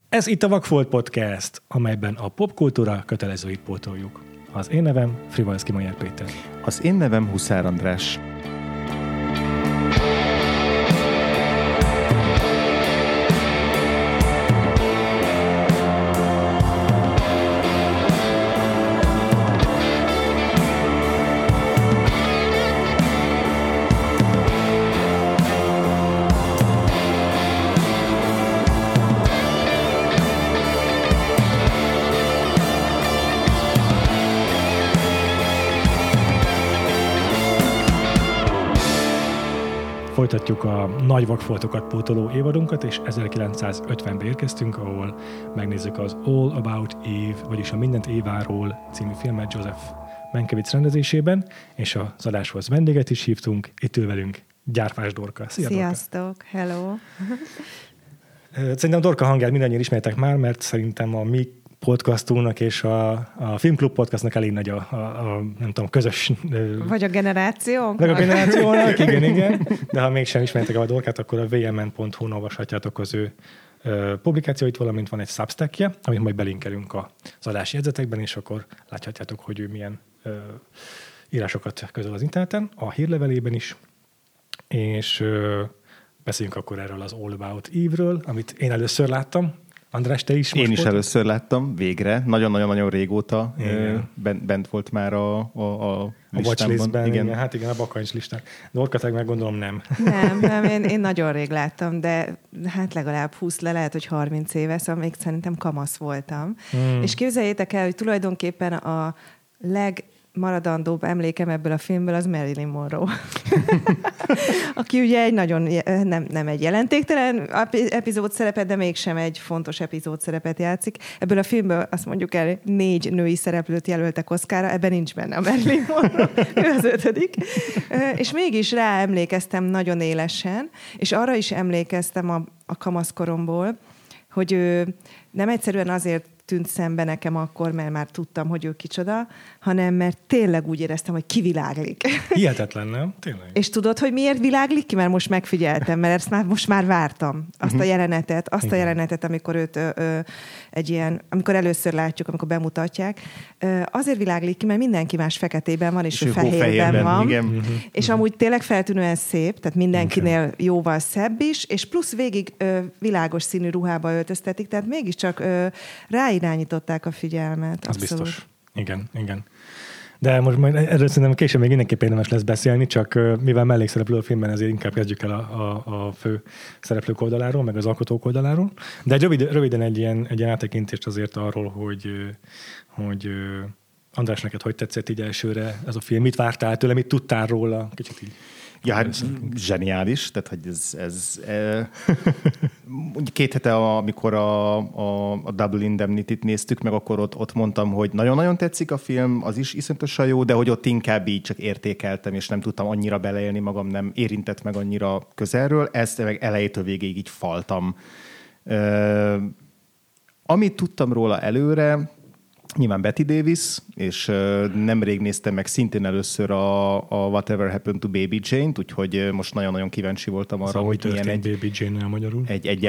Ez itt a Vagfolt Podcast, amelyben a popkultúra kötelezőit pótoljuk. Az én nevem Frivalszky Magyar Péter. Az én nevem Huszár András. Folytatjuk a nagy vagfoltokat pótoló évadunkat, és 1950-be érkeztünk, ahol megnézzük az All About Eve, vagyis a Mindent Éváról című filmet Joseph Mankiewicz rendezésében, és az adáshoz vendéget is hívtunk, itt ül velünk Gyárfás Dorka. Szia, sziasztok, Dorka. Hello! Szerintem Dorka hangját mindannyian ismertek már, mert szerintem a mi podcastunknak és a Filmklub podcastnak elég nagy a nem tudom, közös... Vagy a generációnk? Meg a generációnak, igen. De ha mégsem ismertek a Dorkát, akkor a vmn.hu-n olvashatjátok az ő publikációit, valamint van egy Substackje, amit majd belinkelünk az adási jegyzetekben, és akkor láthatjátok, hogy ő milyen írásokat közöl az interneten, a hírlevelében is, és beszéljünk akkor erről az All About Eve-ről, amit én először láttam. András, te is? Én is először láttam, végre. Nagyon-nagyon régóta bent volt már a watchlistben. Igen, hát igen, a bakancs listán. Dorka, meg gondolom nem. Nem, én nagyon rég láttam, de hát legalább 20, lehet, hogy 30 éve, szóval még szerintem kamasz voltam. És képzeljétek el, hogy tulajdonképpen a legmaradandóbb emlékem ebből a filmből az Marilyn Monroe. Aki ugye egy nagyon, nem egy jelentéktelen epizódszerepet, de mégsem egy fontos epizódszerepet játszik. Ebből a filmből azt mondjuk el, 4 női szereplőt jelöltek Oscarra, ebben nincs benne a Marilyn Monroe, ő az 5. És mégis rá emlékeztem nagyon élesen, és arra is emlékeztem a kamaszkoromból, hogy ő nem egyszerűen azért tűnt szembe nekem akkor, mert már tudtam, hogy ő kicsoda, hanem mert tényleg úgy éreztem, hogy kiviláglik. Hihetetlen, nem? Tényleg. És tudod, hogy miért világlik ki? Mert most megfigyeltem, mert ezt most már vártam. Azt a jelenetet, amikor őt amikor először látjuk, amikor bemutatják. Azért világlik ki, mert mindenki más feketében van, és ő fehérben van. Igen. És amúgy tényleg feltűnően szép, tehát mindenkinél jóval szebb is, és plusz végig világos színű ruhába öltöztetik, tehát mégiscsak ráirányították a figyelmet. Az abszolút. Biztos. Igen. De most majd erről szerintem később még mindenképp érdemes lesz beszélni, csak mivel mellékszereplő a filmben, ezért inkább kezdjük el a fő szereplők oldaláról, meg az alkotók oldaláról. De röviden egy ilyen áttekintést azért arról, hogy András, neked hogy tetszett így elsőre ez a film? Mit vártál tőle, mit tudtál róla? Kicsit így. Ja, hát zseniális, tehát hogy ez 2 hete, amikor a Double Indemnity-t néztük meg, akkor ott mondtam, hogy nagyon-nagyon tetszik a film, az is iszonyatosan jó, de hogy ott inkább így csak értékeltem, és nem tudtam annyira beleélni magam, nem érintett meg annyira közelről, ezt meg elejétől végéig így faltam. Amit tudtam róla előre, nyilván Bette Davis, és nemrég néztem meg szintén először a Whatever Happened to Baby Jane-t, úgyhogy most nagyon-nagyon kíváncsi voltam arra, hogy milyen Baby Jane-nel magyarul.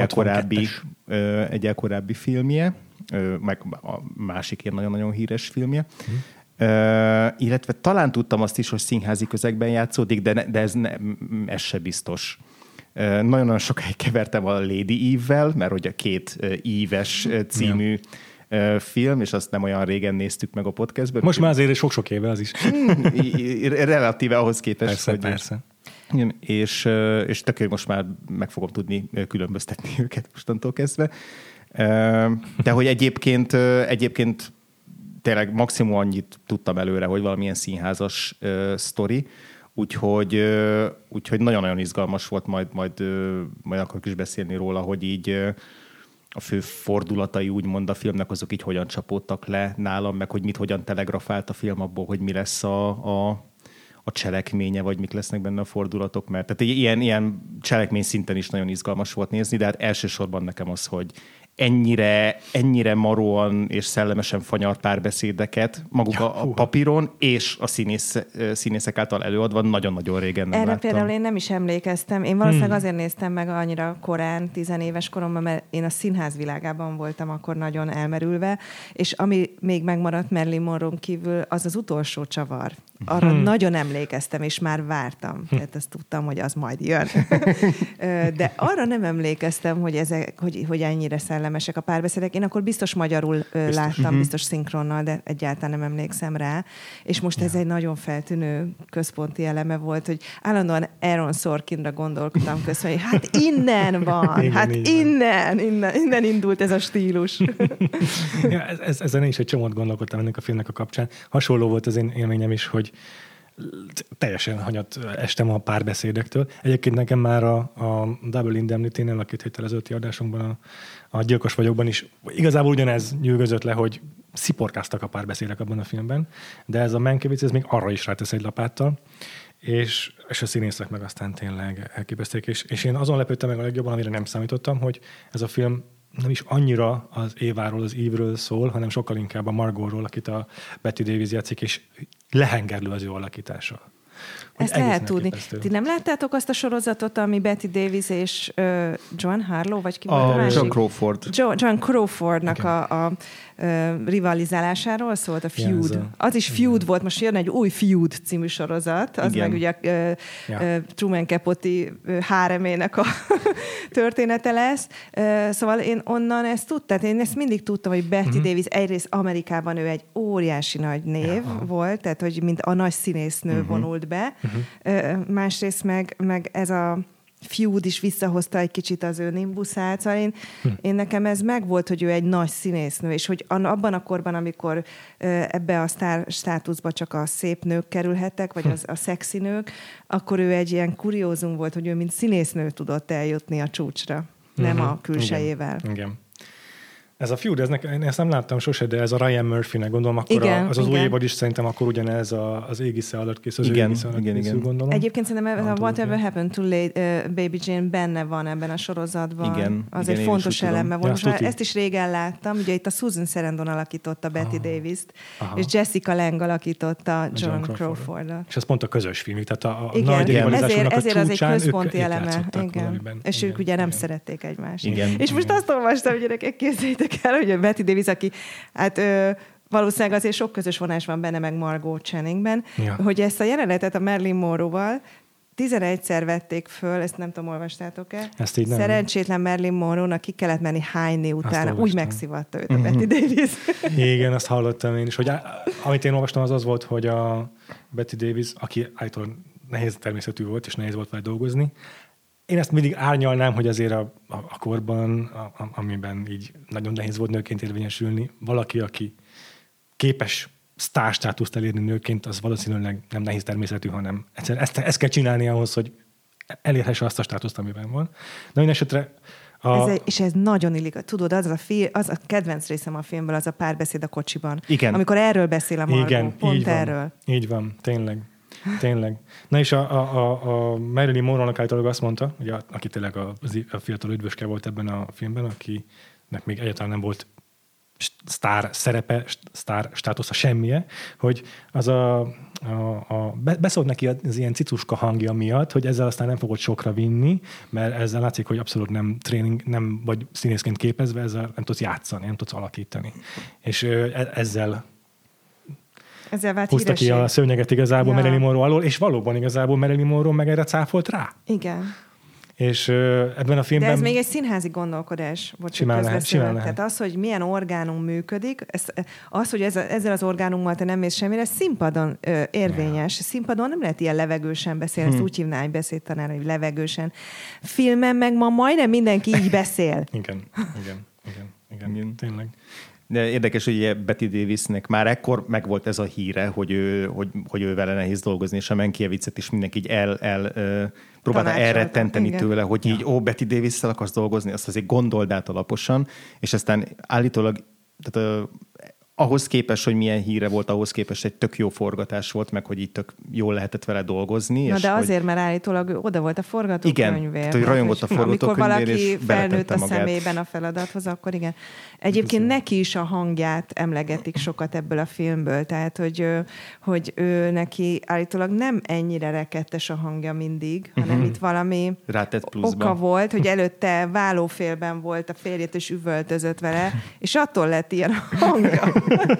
Egy korábbi filmje, meg a másik ilyen nagyon-nagyon híres filmje. Illetve talán tudtam azt is, hogy színházi közegben játszódik, de ez se biztos. Nagyon-nagyon sokáig kevertem a Lady Eve-vel, mert hogy a 2 Eve-es című film, és azt nem olyan régen néztük meg a podcastben. Most már azért sok-sok éve az is. Relatíve ahhoz képest. Persze. Igen, és tök most már meg fogom tudni különböztetni őket mostantól kezdve. De hogy egyébként tényleg maximum annyit tudtam előre, hogy valamilyen színházas sztori, úgyhogy nagyon-nagyon izgalmas volt majd akarok is beszélni róla, hogy így a fő fordulatai úgymond a filmnek, azok így hogyan csapódtak le nálam, meg hogy hogyan telegrafált a film abból, hogy mi lesz a cselekménye, vagy mik lesznek benne a fordulatok, mert tehát ilyen cselekmény szinten is nagyon izgalmas volt nézni, de hát elsősorban nekem az, hogy ennyire maróan és szellemesen fanyar párbeszédeket maguk a papíron és a színészek által előadva nagyon-nagyon régen nem láttam. láttam. Például én nem is emlékeztem. Én valószínűleg azért néztem meg annyira korán, 10 éves koromban, mert én a színház világában voltam akkor nagyon elmerülve, és ami még megmaradt Marilyn Monroe-n kívül, az az utolsó csavar. Arra nagyon emlékeztem, és már vártam. Tehát ezt tudtam, hogy az majd jön. De arra nem emlékeztem, hogy ennyire szellemesek a párbeszédek. Én akkor biztos magyarul láttam, biztos szinkronnal, de egyáltalán nem emlékszem rá. És most ez egy nagyon feltűnő központi eleme volt, hogy állandóan Aaron Sorkinra gondolkodtam közben, hogy hát innen van, igen, hát innen indult ez a stílus. Ja, ezen is egy csomót gondolkodtam ennek a filmnek a kapcsán. Hasonló volt az én élményem is, hogy teljesen hanyat estem a párbeszédektől. Egyébként nekem már a Double Indemnity-nél, a 2 héttel ezelőtti adásunkban, a Gyilkos vagyokban is igazából ugyanez nyűgözött le, hogy sziporkáztak a párbeszédek abban a filmben, de ez a Mankiewicz, ez még arra is rátesz egy lapáttal, és a színészek meg aztán tényleg elképeszték, és én azon lepődtem meg a legjobban, amire nem számítottam, hogy ez a film nem is annyira az Éváról, az Eve-ről szól, hanem sokkal inkább a Margotról, akit a Bette Davis játszik, és lehengerlő az ő alakítása. Ezt lehet tudni. Ti nem láttátok azt a sorozatot, ami Bette Davis és Joan Harlow, vagy ki volt a másik? John Crawford. John Crawfordnak a rivalizálásáról szólt, a Feud. Az is Feud volt, most jön egy új Feud című sorozat, az meg ugye Truman Capote háremének a története lesz. Szóval én onnan ezt tudtam, én ezt mindig tudtam, hogy Bette Davis egyrészt Amerikában ő egy óriási nagy név volt, tehát hogy mint a nagy színésznő vonult be. Másrészt meg ez a Feud is visszahozta egy kicsit az ő nimbuszát, szóval én nekem ez megvolt, hogy ő egy nagy színésznő, és hogy abban a korban, amikor ebbe a sztár státuszba csak a szép nők kerülhettek, vagy a szexi nők, akkor ő egy ilyen kuriózum volt, hogy ő mint színésznő tudott eljutni a csúcsra, nem a külsejével. Igen. Ez a Feud, én ezt nem láttam sose, de ez a Ryan Murphy-nek gondolom, akkor az új évad is szerintem akkor ugyanez az égisze alatt készül, igen. Gondolom. Egyébként szerintem ez a Whatever Happened to Baby Jane benne van ebben a sorozatban. Igen, az egy fontos eleme volt. Ja, ezt is régen láttam, ugye itt a Susan Sarandon alakította Bette Davis-t, és Jessica Lange alakította John Crawford-ot. És ez pont a közös film, tehát a nagy rivalizásúnak a csúcsán az egy központi eleme. És ők ugye nem szerették egymást. És most azt olvastam, hogy gyerekek, képzeljétek el, hogy a Bette Davis, aki hát valószínűleg azért sok közös vonás van benne, meg Margot Channingben, hogy ezt a jelenetet a Marilyn Monroe-val 11-szer vették föl, ezt nem tudom, olvastátok-e? Ezt így nem. Szerencsétlen Marilyn Monroe-nak ki kellett menni hányni utána, úgy megszivatta őt a Bette Davis. Igen, azt hallottam én is, hogy amit én olvastam, az volt, hogy a Bette Davis, aki általában nehéz természetű volt, és nehéz volt vele dolgozni, én ezt mindig árnyalnám, hogy azért a korban, amiben így nagyon nehéz volt nőként érvényesülni, valaki, aki képes sztárstátuszt elérni nőként, az valószínűleg nem nehéz természetű, hanem egyszerűen ezt kell csinálni ahhoz, hogy elérhesse azt a státuszt, amiben van. De minden esetre és ez nagyon illik. Tudod, az a kedvenc részem a filmből, az a párbeszéd a kocsiban. Igen. Amikor erről beszél a Margot. Igen, pont erről. Így van, tényleg. Na és a Marilyn Monroe-nak általában azt mondta, ugye, aki tényleg a fiatal üdvöske volt ebben a filmben, akinek még egyáltalán nem volt sztár szerepe, sztár státusza, semmije, hogy az beszólt neki az ilyen cicuska hangja miatt, hogy ezzel aztán nem fogod sokra vinni, mert ezzel látszik, hogy abszolút nem tréning, nem vagy színészként képezve, ezzel nem tudsz játszani, nem tudsz alakítani. És ezzel húzta ki a szőnyeget igazából Marilyn Monroe alól, és valóban igazából Marilyn Monroe meg erre cáfolt rá. Igen. És ebben a filmben... De ez még egy színházi gondolkodás. Simán lehet. Tehát az, hogy milyen orgánum működik, az, hogy ezzel az orgánummal te nem mész semmire, színpadon érvényes. Színpadon nem lehet ilyen levegősen beszélni, ezt úgy hívná egy beszédtanár, hogy levegősen. Filmen meg ma majdnem mindenki így beszél. Igen, tényleg. De érdekes, hogy Bette Davisnek már ekkor megvolt ez a híre, hogy ő vele nehéz dolgozni, és a Mankiewiczet is mindenki így próbálta elrettenteni tőle, hogy így, Bette Davis-szel akarsz dolgozni, azt azért gondold át alaposan, és aztán állítólag tehát, ahhoz képest, hogy milyen híre volt, ahhoz képest egy tök jó forgatás volt, meg hogy így tök jól lehetett vele dolgozni. Na és de azért, hogy... mert állítólag ő oda volt a forgatókönyvér. Igen, tehát, hogy rajongott a forgatókönyvér, amikor valaki és felnőtt a magát. szemében a feladathoz, akkor igen. Egyébként neki is a hangját emlegetik sokat ebből a filmből, tehát hogy ő neki állítólag nem ennyire rekettes a hangja mindig, hanem itt valami oka volt, hogy előtte vállófélben volt a férjét, és üvöltözött vele, és attól lett ilyen a hangja.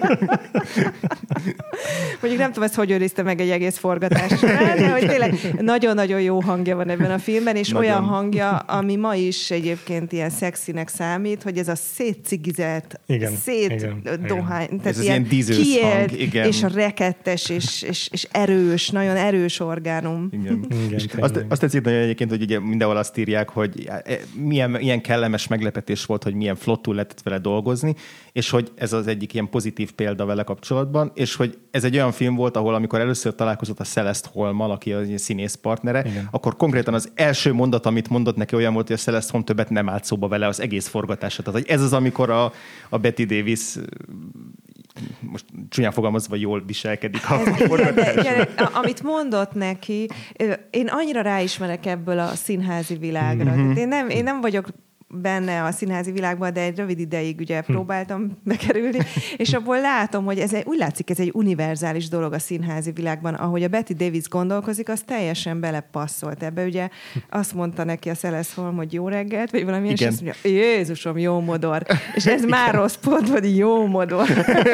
Mondjuk nem tudom, ezt hogy őrizte meg egy egész forgatás során, de hogy tényleg nagyon-nagyon jó hangja van ebben a filmben, és nagyon. Olyan hangja, ami ma is egyébként ilyen szexinek számít, hogy ez a szétcigizett, szétdohány, tehát ez ilyen kiélt, hang, igen. és a rekettes, és erős, nagyon erős orgánum. Igen. Azt tetszik nagyon egyébként, hogy ugye mindenhol azt írják, hogy milyen kellemes meglepetés volt, hogy milyen flottul lehetett vele dolgozni, és hogy ez az egyik ilyen pozitív példa vele kapcsolatban, és hogy ez egy olyan film volt, ahol amikor először találkozott a Celeste Holm-mal, aki a színész partnere, akkor konkrétan az első mondat, amit mondott neki, olyan volt, hogy a Celeste Holm többet nem állt szóba vele az egész forgatásra. Tehát, hogy ez az, amikor a Bette Davis most csúnyán fogalmazva jól viselkedik a forgatásra. Amit mondott neki, én annyira ráismerek ebből a színházi világra. Én nem vagyok benne a színházi világban, de egy rövid ideig ugye próbáltam bekerülni, és abból látom, hogy úgy látszik, ez egy univerzális dolog a színházi világban, ahogy a Bette Davis gondolkozik, az teljesen belepasszolt ebbe. Ugye azt mondta neki a Celeste Holm, hogy jó reggelt, vagy valamilyen, és azt mondja, Jézusom, jó modor. És ez már rossz pont, vagy jó modor.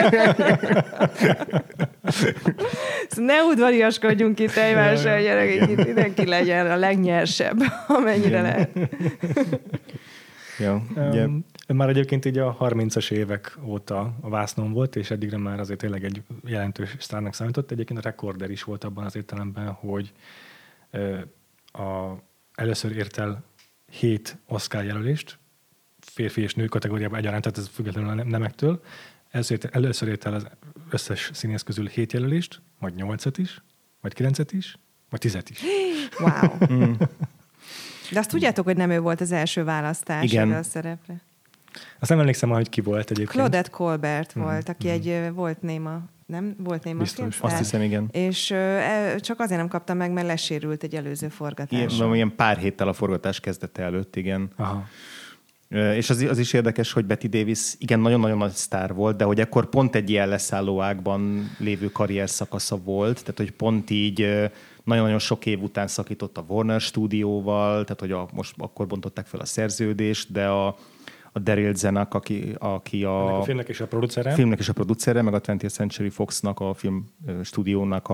Ne udvariaskodjunk itt egymással, gyerekek, itt mindenki legyen a legnyersebb, amennyire lehet. Ja, már egyébként így a 30-as évek óta a vásznon volt, és eddigre már azért tényleg egy jelentős sztárnak számított. Egyébként a rekorder is volt abban az értelemben, hogy először ért el 7 Oscar jelölést, férfi és nő kategóriában egyaránt, tehát ez függetlenül a nemektől. Először ért el az összes színész közül 7 jelölést, majd 8-et is, majd 9-et is, majd 10-et is. Wow! De azt tudjátok, hogy nem ő volt az első választás erre a szerepre? Azt nem emlékszem, hogy ki volt egyébként. Claudette Colbert volt, aki volt néma. Nem? Volt néma filmsztár? Azt hiszem, igen. És csak azért nem kapta meg, mert lesérült egy előző forgatáson. Ilyen pár héttel a forgatás kezdete előtt, igen. Aha. És az is érdekes, hogy Bette Davis igen, nagyon-nagyon nagy sztár volt, de hogy akkor pont egy ilyen leszálló ágban lévő karrier szakasza volt, tehát hogy pont így nagyon-nagyon sok év után szakított a Warner stúdióval, tehát hogy most akkor bontották fel a szerződést, de a Daryl Zanuck, aki a filmnek és a producere, meg a 20th Century Fox-nak, a film stúdiónak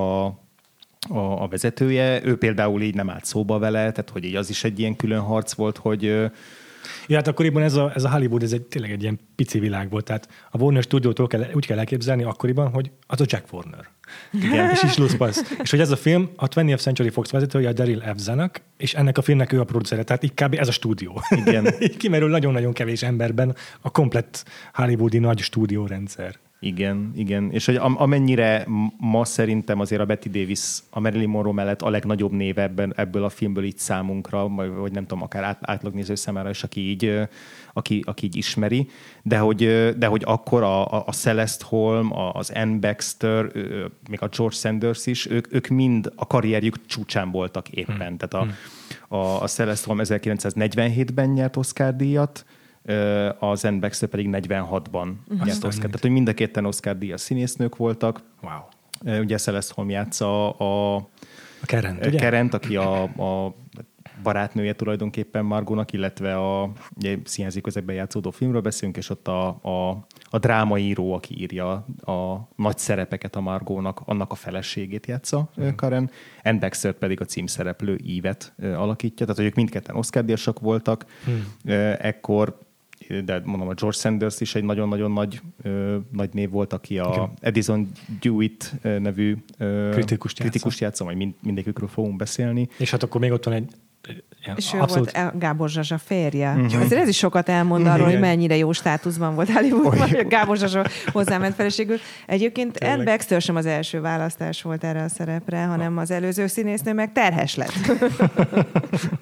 a vezetője, ő például így nem állt szóba vele, tehát hogy így az is egy ilyen külön harc volt, hogy ja, hát akkoriban ez a Hollywood, ez tényleg egy ilyen pici világ volt. Tehát a Warner stúdiótól úgy kell elképzelni akkoriban, hogy az a Jack Warner. Igen. És is Luz és hogy ez a film a 20th Century Fox vezetője, a Daryl F. Zanuck, és ennek a filmnek ő a producere. Tehát így kb. Ez a stúdió. Igen. Így kimerül nagyon-nagyon kevés emberben a komplett hollywoodi nagy stúdiórendszer. Igen. És hogy amennyire ma szerintem azért a Bette Davis a Marilyn Monroe mellett a legnagyobb név ebből a filmből így számunkra, vagy nem tudom, akár átlagnéző számára is, aki így ismeri, de hogy akkor a Celeste Holm, az Anne Baxter, még a George Sanders is, ők mind a karrierjük csúcsán voltak éppen. Tehát a Celeste Holm 1947-ben nyert Oscar-díjat, az Anne Baxter pedig 46-ban nyert Oscar. Tehát, hogy mind a ketten Oscar-díjas színésznők voltak. Wow. Ugye Celeste Holm játsza a Kerent, aki a barátnője tulajdonképpen Margónak, illetve a színházi közegben játszódó filmről beszélünk, és ott a drámaíró, aki írja a nagy szerepeket a Margónak, annak a feleségét játsza Karen. Anne Baxter pedig a címszereplő Eve-et alakítja, tehát hogy ők mindketten Oscar-díjasak voltak. Ekkor, de mondom, a George Sanders is egy nagyon-nagyon nagy név volt, aki a Addison Dewitt nevű kritikust játsza, majd mindegyikükről fogunk beszélni. És hát akkor még ott van egy és ő volt Gábor Zsazsa férje. Azért ez is sokat elmond arról, hogy mennyire jó státuszban volt Hollywoodban, hogy a Gábor Zsazsa hozzáment feleségül. Egyébként Anne Baxter sem az első választás volt erre a szerepre, hanem az előző színésznő meg terhes lett.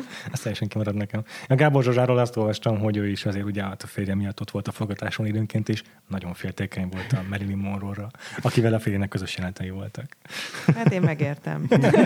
Ez teljesen kimarad nekem. A Gábor Zsuzsáról azt olvastam, hogy ő is azért ugye a férje miatt ott volt a forgatáson időnként, és nagyon féltékeny volt a Marilyn Monroe-ra, akivel a férjének közös jelentei voltak. Hát én megértem.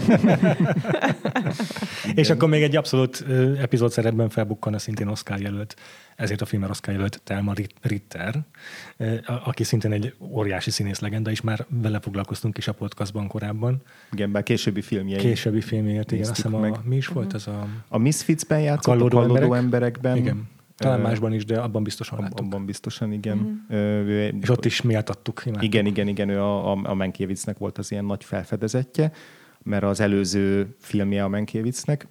És akkor még egy abszolút epizód szerepben felbukkan a szintén Oscar jelölt, ezért a filmre Oscar jelölt Thelma Ritter, aki szintén egy óriási színész legenda, és már vele foglalkoztunk is a podcastban korábban. Igen, bár későbbi filmjei. Későbbi filmjét, igen, azt hiszem mi is volt ez a... A Misfitsben játszott, a Kallódó emberekben. Igen. Talán másban is, de abban biztosan láttuk. Abban biztosan, igen. És ott is méltattuk. Igen, ő a Mankiewicznek volt az ilyen nagy felfedezetje, mert az előző filmje a Mankiewicznek,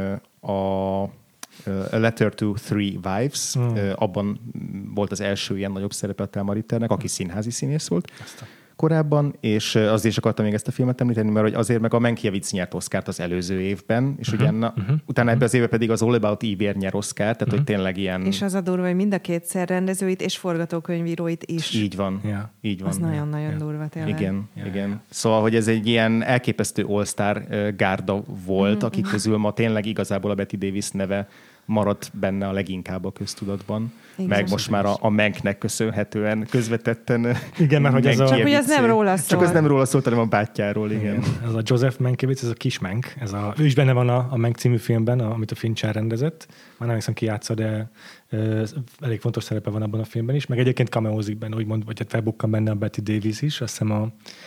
A Letter to Three Wives, abban volt az első ilyen nagyobb szerepe a Thelma Ritternek, aki színházi színész volt korábban, és azért is akartam még ezt a filmet említeni, mert azért meg a Mankiewicz nyert Oscart az előző évben, és utána ebben az évben pedig az All About Eve nyer Oscart, tehát hogy tényleg ilyen... És az a durva, hogy mind a kétszer rendezőit és forgatókönyvíróit is. Így van. Így van. Az nagyon-nagyon durva tényleg. Igen. Szóval, hogy ez egy ilyen elképesztő all-star gárda volt, akik közül ma tényleg igazából a Bette Davis neve maradt benne a leginkább a köztudatban. Igen, meg most már a Manknek köszönhetően közvetetten. Igen, mert hogy ez csak hogy az nem róla szól. Csak az nem róla szólt, hanem a bátyjáról, igen. Ez a Joseph Mankiewicz, ez a kis Mank. Ő is benne van a Mank című filmben, amit a Fincher rendezett. Már nem hiszem ki játsza, de elég fontos szerepe van abban a filmben is. Meg egyébként cameózik benne, úgymond, vagy felbukkan benne a Bette Davis is. Azt hiszem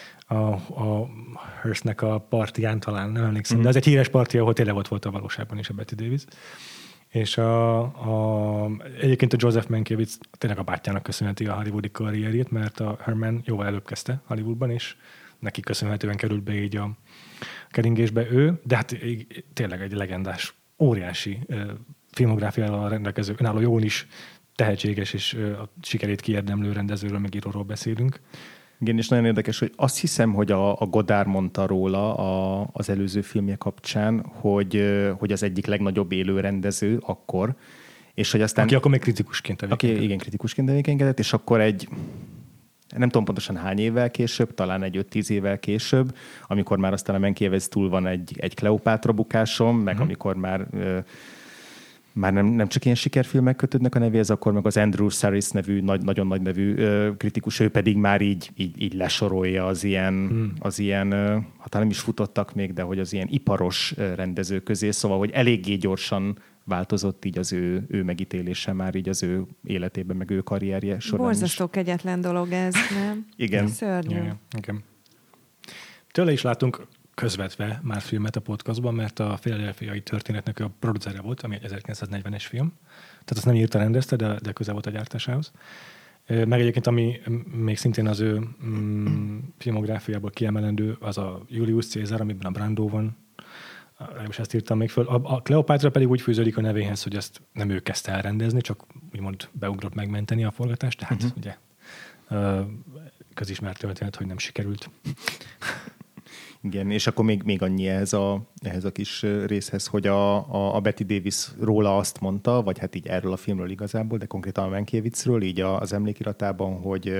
a Hearstnek a partiján talán, nem emlékszem. De ez egy híres parti, ahol tényleg volt a valóságban is a Bette Davis. És egyébként a Joseph Mankiewicz tényleg a bátyjának köszönheti a hollywoodi karrierjét, mert a Herman jóval előbb kezdte Hollywoodban, és neki köszönhetően került be így a keringésbe ő, de hát tényleg egy legendás, óriási filmográfiával rendelkező, önálló jól is tehetséges és a sikerét kiérdemlő rendezőről, meg íróról beszélünk. Igen, és nagyon érdekes, hogy azt hiszem, hogy a Godard mondta róla az előző filmje kapcsán, hogy az egyik legnagyobb élő rendező akkor, és hogy aztán... Aki akkor még kritikusként tevékenykedett. Igen, kritikusként tevékenykedett, és akkor nem tudom pontosan hány évvel később, talán egy 5-10 évvel később, amikor már aztán a Mankiewicz túl van egy Kleopátra bukáson, meg amikor már nem csak ilyen sikerfilmek kötődnek a nevéhez, akkor meg az Andrew Saris nevű, nagyon nagy nevű kritikus, ő pedig már így lesorolja az ilyen hát nem is futottak még, de hogy az ilyen iparos rendező közé, szóval, hogy eléggé gyorsan változott így az ő megítélése már így az ő életében, meg ő karrierje során. Borzasztó kegyetlen dolog ez, nem? Igen. Szörnyű. Igen. Tőle is látunk közvetve már filmet a podcastban, mert a Philadelphiai történetnek a producere volt, ami egy 1940-es film. Tehát azt nem írta, rendezte, de közel volt a gyártásához. Meg egyébként, ami még szintén az ő filmográfiából kiemelendő, az a Julius Caesar, amiben a Brando van. És ezt írtam még föl. A Kleopátra pedig úgy fűződik a nevéhez, hogy ezt nem ő kezdte el rendezni, csak úgymond beugrott megmenteni a forgatást, tehát ugye közismert történet, hogy nem sikerült. Igen, és akkor még annyi ehhez a kis részhez, hogy a Bette Davis róla azt mondta, vagy hát így erről a filmről igazából, de konkrétan a Mankiewiczről, így az emlékiratában,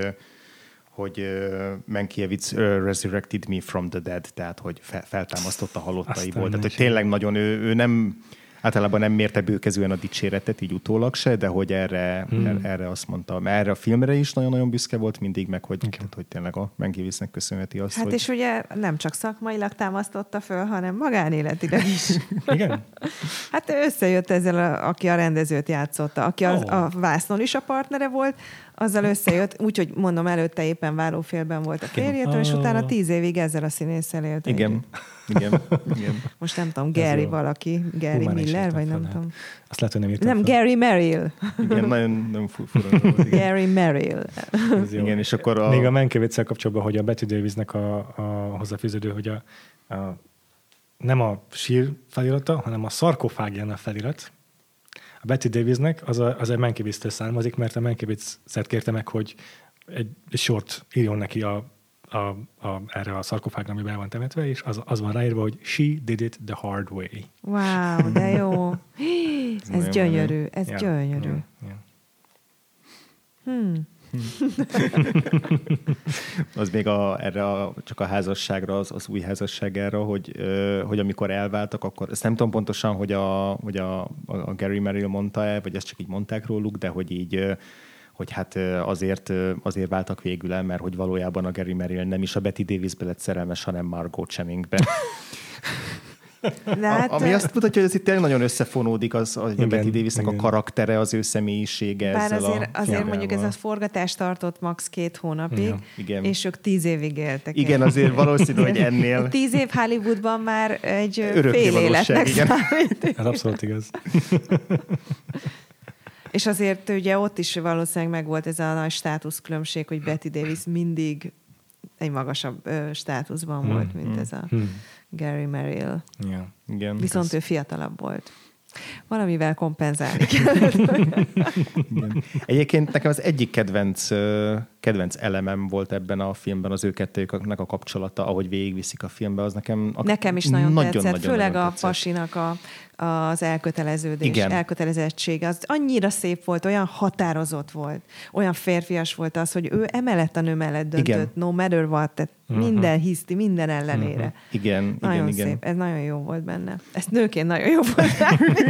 hogy Mankiewicz resurrected me from the dead, tehát hogy feltámasztotta halottaiból. Tehát, hogy tényleg nagyon ő nem... Általában nem mérte bőkezően a dicséretet, így utólag se, de hogy erre azt mondta. Erre a filmre is nagyon-nagyon büszke volt mindig, meg hogy tényleg a Mankiewicznek köszönheti azt, hát hogy... és ugye nem csak szakmailag támasztotta föl, hanem magánéletileg is. Igen? Hát összejött ezzel, aki a rendezőt játszotta, aki a vásznon is a partnere volt, azzal összejött, úgyhogy mondom, előtte éppen várófélben volt a férjétől, és utána 10 évig ezzel a színésszel élt. Igen. Most nem tudom, Gary valaki, Gary Miller, vagy nem tudom. Azt lehet, hogy nem írtam Nem, fel. Gary Merrill. Igen, nagyon fura volt. Gary Merrill. Igen, és akkor még a Mankiewicz-szel kapcsolatban, hogy a Bette Davisnek a hozzáfűződő, hogy nem a sír felirata, hanem a szarkofágján a felirat. A Bette Davisnek az egy Mankiewicz-től származik, mert a Mankiewicz-et kérte meg, hogy egy sort írjon neki erre a szarkofágra, amiben el van temetve, és az van ráírva, hogy she did it the hard way. Wow, de jó. Ez gyönyörű, ez gyönyörű. Az még csak a házasságra, az új házasságára, hogy amikor elváltak, akkor ezt nem tudom pontosan, hogy a Gary Merrill mondta-e, vagy ezt csak így mondták róluk, de hogy így hogy hát azért váltak végül el, mert hogy valójában a Gary Merrill nem is a Bette Davisbe lett szerelmes, hanem Margot Channingbe. Ami azt mutatja, hogy ez itt tényleg nagyon összefonódik, az a Bette Davisnek a karaktere, az ő személyisége. Bár azért mondjuk ez a forgatás tartott max 2 hónapig, és ők 10 évig éltek. Igen, azért valószínű, hogy ennél... 10 év Hollywoodban már egy fél életnek számít. Ez abszolút igaz. És azért ugye ott is valószínűleg megvolt ez a nagy státuszkülönbség, hogy Bette Davis mindig egy magasabb státuszban volt, mint ez a Gary Merrill. Yeah. Igen. Viszont ő fiatalabb volt. Valamivel kompenzálni kellett. Egyébként nekem az egyik kedvenc elemem volt ebben a filmben, az ő kettőjüknek a kapcsolata, ahogy végigviszik a filmbe, az nekem is nagyon tetszett, főleg a pasinak az elköteleződés, elkötelezettség. Az annyira szép volt, olyan határozott volt, olyan férfias volt az, hogy ő emellett a nő mellett döntött, igen. No matter what, tehát minden hiszti, minden ellenére. Igen, nagyon igen. szép, ez nagyon jó volt benne. Ezt nőként nagyon jó volt látni.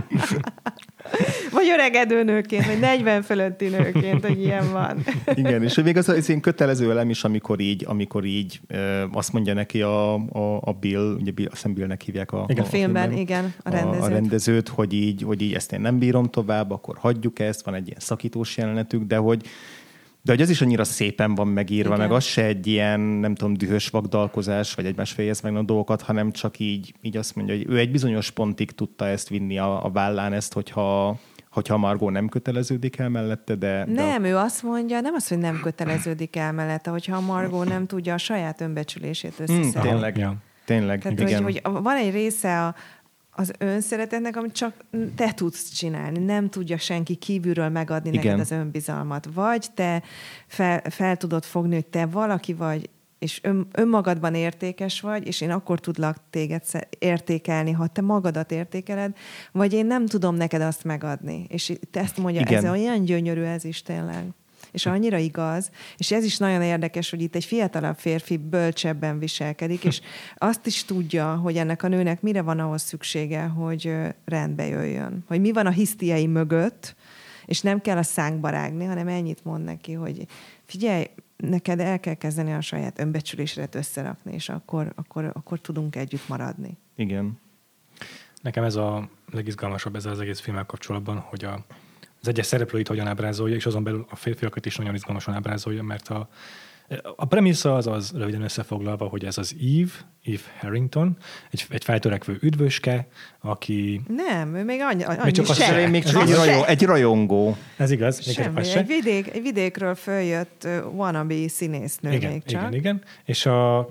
Vagy öregedő nőként, vagy 40 fölötti nőként, hogy ilyen van. Igen, és még az ilyen kötelező elem is, amikor így azt mondja neki a Bill, ugye aztán Billnek hívják a filmben, igen, a rendezőt, hogy így ezt én nem bírom tovább, akkor hagyjuk ezt, van egy ilyen szakítós jelenetük, de hogy az is annyira szépen van megírva, igen. Meg az se egy ilyen, nem tudom, dühös vagdalkozás, vagy egymás fejez meg a dolgokat, hanem csak így azt mondja, hogy ő egy bizonyos pontig tudta ezt vinni a vállán, ezt, hogyha Margot nem köteleződik el mellette, de... Nem, ő azt mondja, nem az, hogy nem köteleződik el mellette, hogyha Margot nem tudja a saját önbecsülését összeszedni. Tényleg, tehát, igen. Hogy van egy része az önszeretetnek, amit csak te tudsz csinálni. Nem tudja senki kívülről megadni neked az önbizalmat. Vagy te fel tudod fogni, hogy te valaki vagy, és önmagadban értékes vagy, és én akkor tudlak téged értékelni, ha te magadat értékeled, vagy én nem tudom neked azt megadni. És te ezt mondja, ez olyan gyönyörű ez is tényleg. És annyira igaz, és ez is nagyon érdekes, hogy itt egy fiatalabb férfi bölcsebben viselkedik, és azt is tudja, hogy ennek a nőnek mire van ahhoz szüksége, hogy rendbe jöjjön. Hogy mi van a hisztiai mögött, és nem kell a szánkba rágni, hanem ennyit mond neki, hogy figyelj, neked el kell kezdeni a saját önbecsülésedet összerakni, és akkor tudunk együtt maradni. Igen. Nekem ez a legizgalmasabb ezzel az egész filmmel kapcsolatban, hogy az egyes szereplőit hogyan ábrázolja, és azon belül a férfiakat is nagyon izgalmasan ábrázolja, mert a premissza az röviden összefoglalva, hogy ez az Eve Harrington, egy feltörekvő üdvöske, aki... Nem, ő még annyi egy rajongó. Ez igaz. Semmi, egy vidékről följött wannabe színésznő még csak. Igen. És a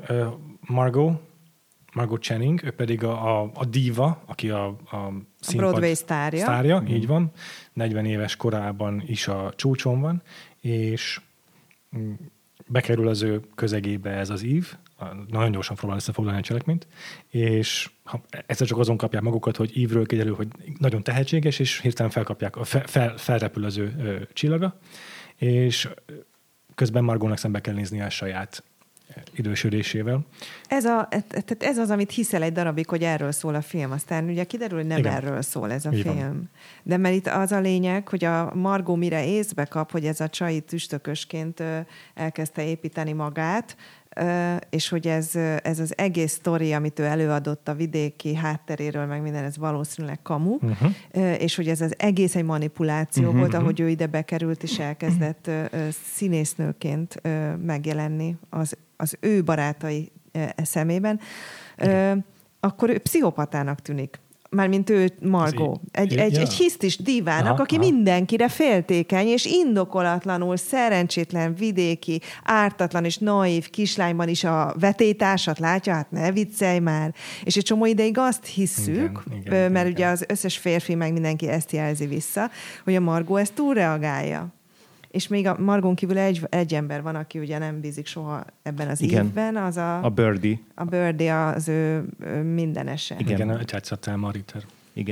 Margot Channing, ő pedig a diva, aki a Broadway sztárja. Így van. 40 éves korában is a csúcson van, és bekerül az ő közegébe ez az Eve, nagyon gyorsan próbál összefoglalni a cselekményt, és egyszer csak azon kapják magukat, hogy Eve-ről kiderül, hogy nagyon tehetséges, és hirtelen felrepül az ő csillaga, és közben Margotnak szembe kell nézni a saját idősödésével. Ez az, amit hiszel egy darabig, hogy erről szól a film. Aztán ugye kiderül, hogy nem erről szól ez a film. Van. De mert itt az a lényeg, hogy a Margot mire észbe kap, hogy ez a csai tüstökösként elkezdte építeni magát, és hogy ez az egész sztori, amit ő előadott a vidéki hátteréről, meg minden, ez valószínűleg kamu, és hogy ez az egész egy manipuláció volt, ahogy ő ide bekerült, és elkezdett színésznőként megjelenni az ő barátai szemében, akkor ő pszichopatának tűnik. Mármint ő Margot. Egy hisztis divának, aki mindenkire féltékeny, és indokolatlanul szerencsétlen, vidéki, ártatlan és naív kislányban is a vetélytársat látja, hát ne viccelj már. És egy csomó ideig azt hisszük, mert ugye az összes férfi meg mindenki ezt jelzi vissza, hogy a Margot ezt túlreagálja. És még a Margon kívül egy ember van, aki ugye nem bízik soha ebben az évben, az a Birdie. A Birdie az ő mindenese. Igen, egy játszott el Mariter. Igen.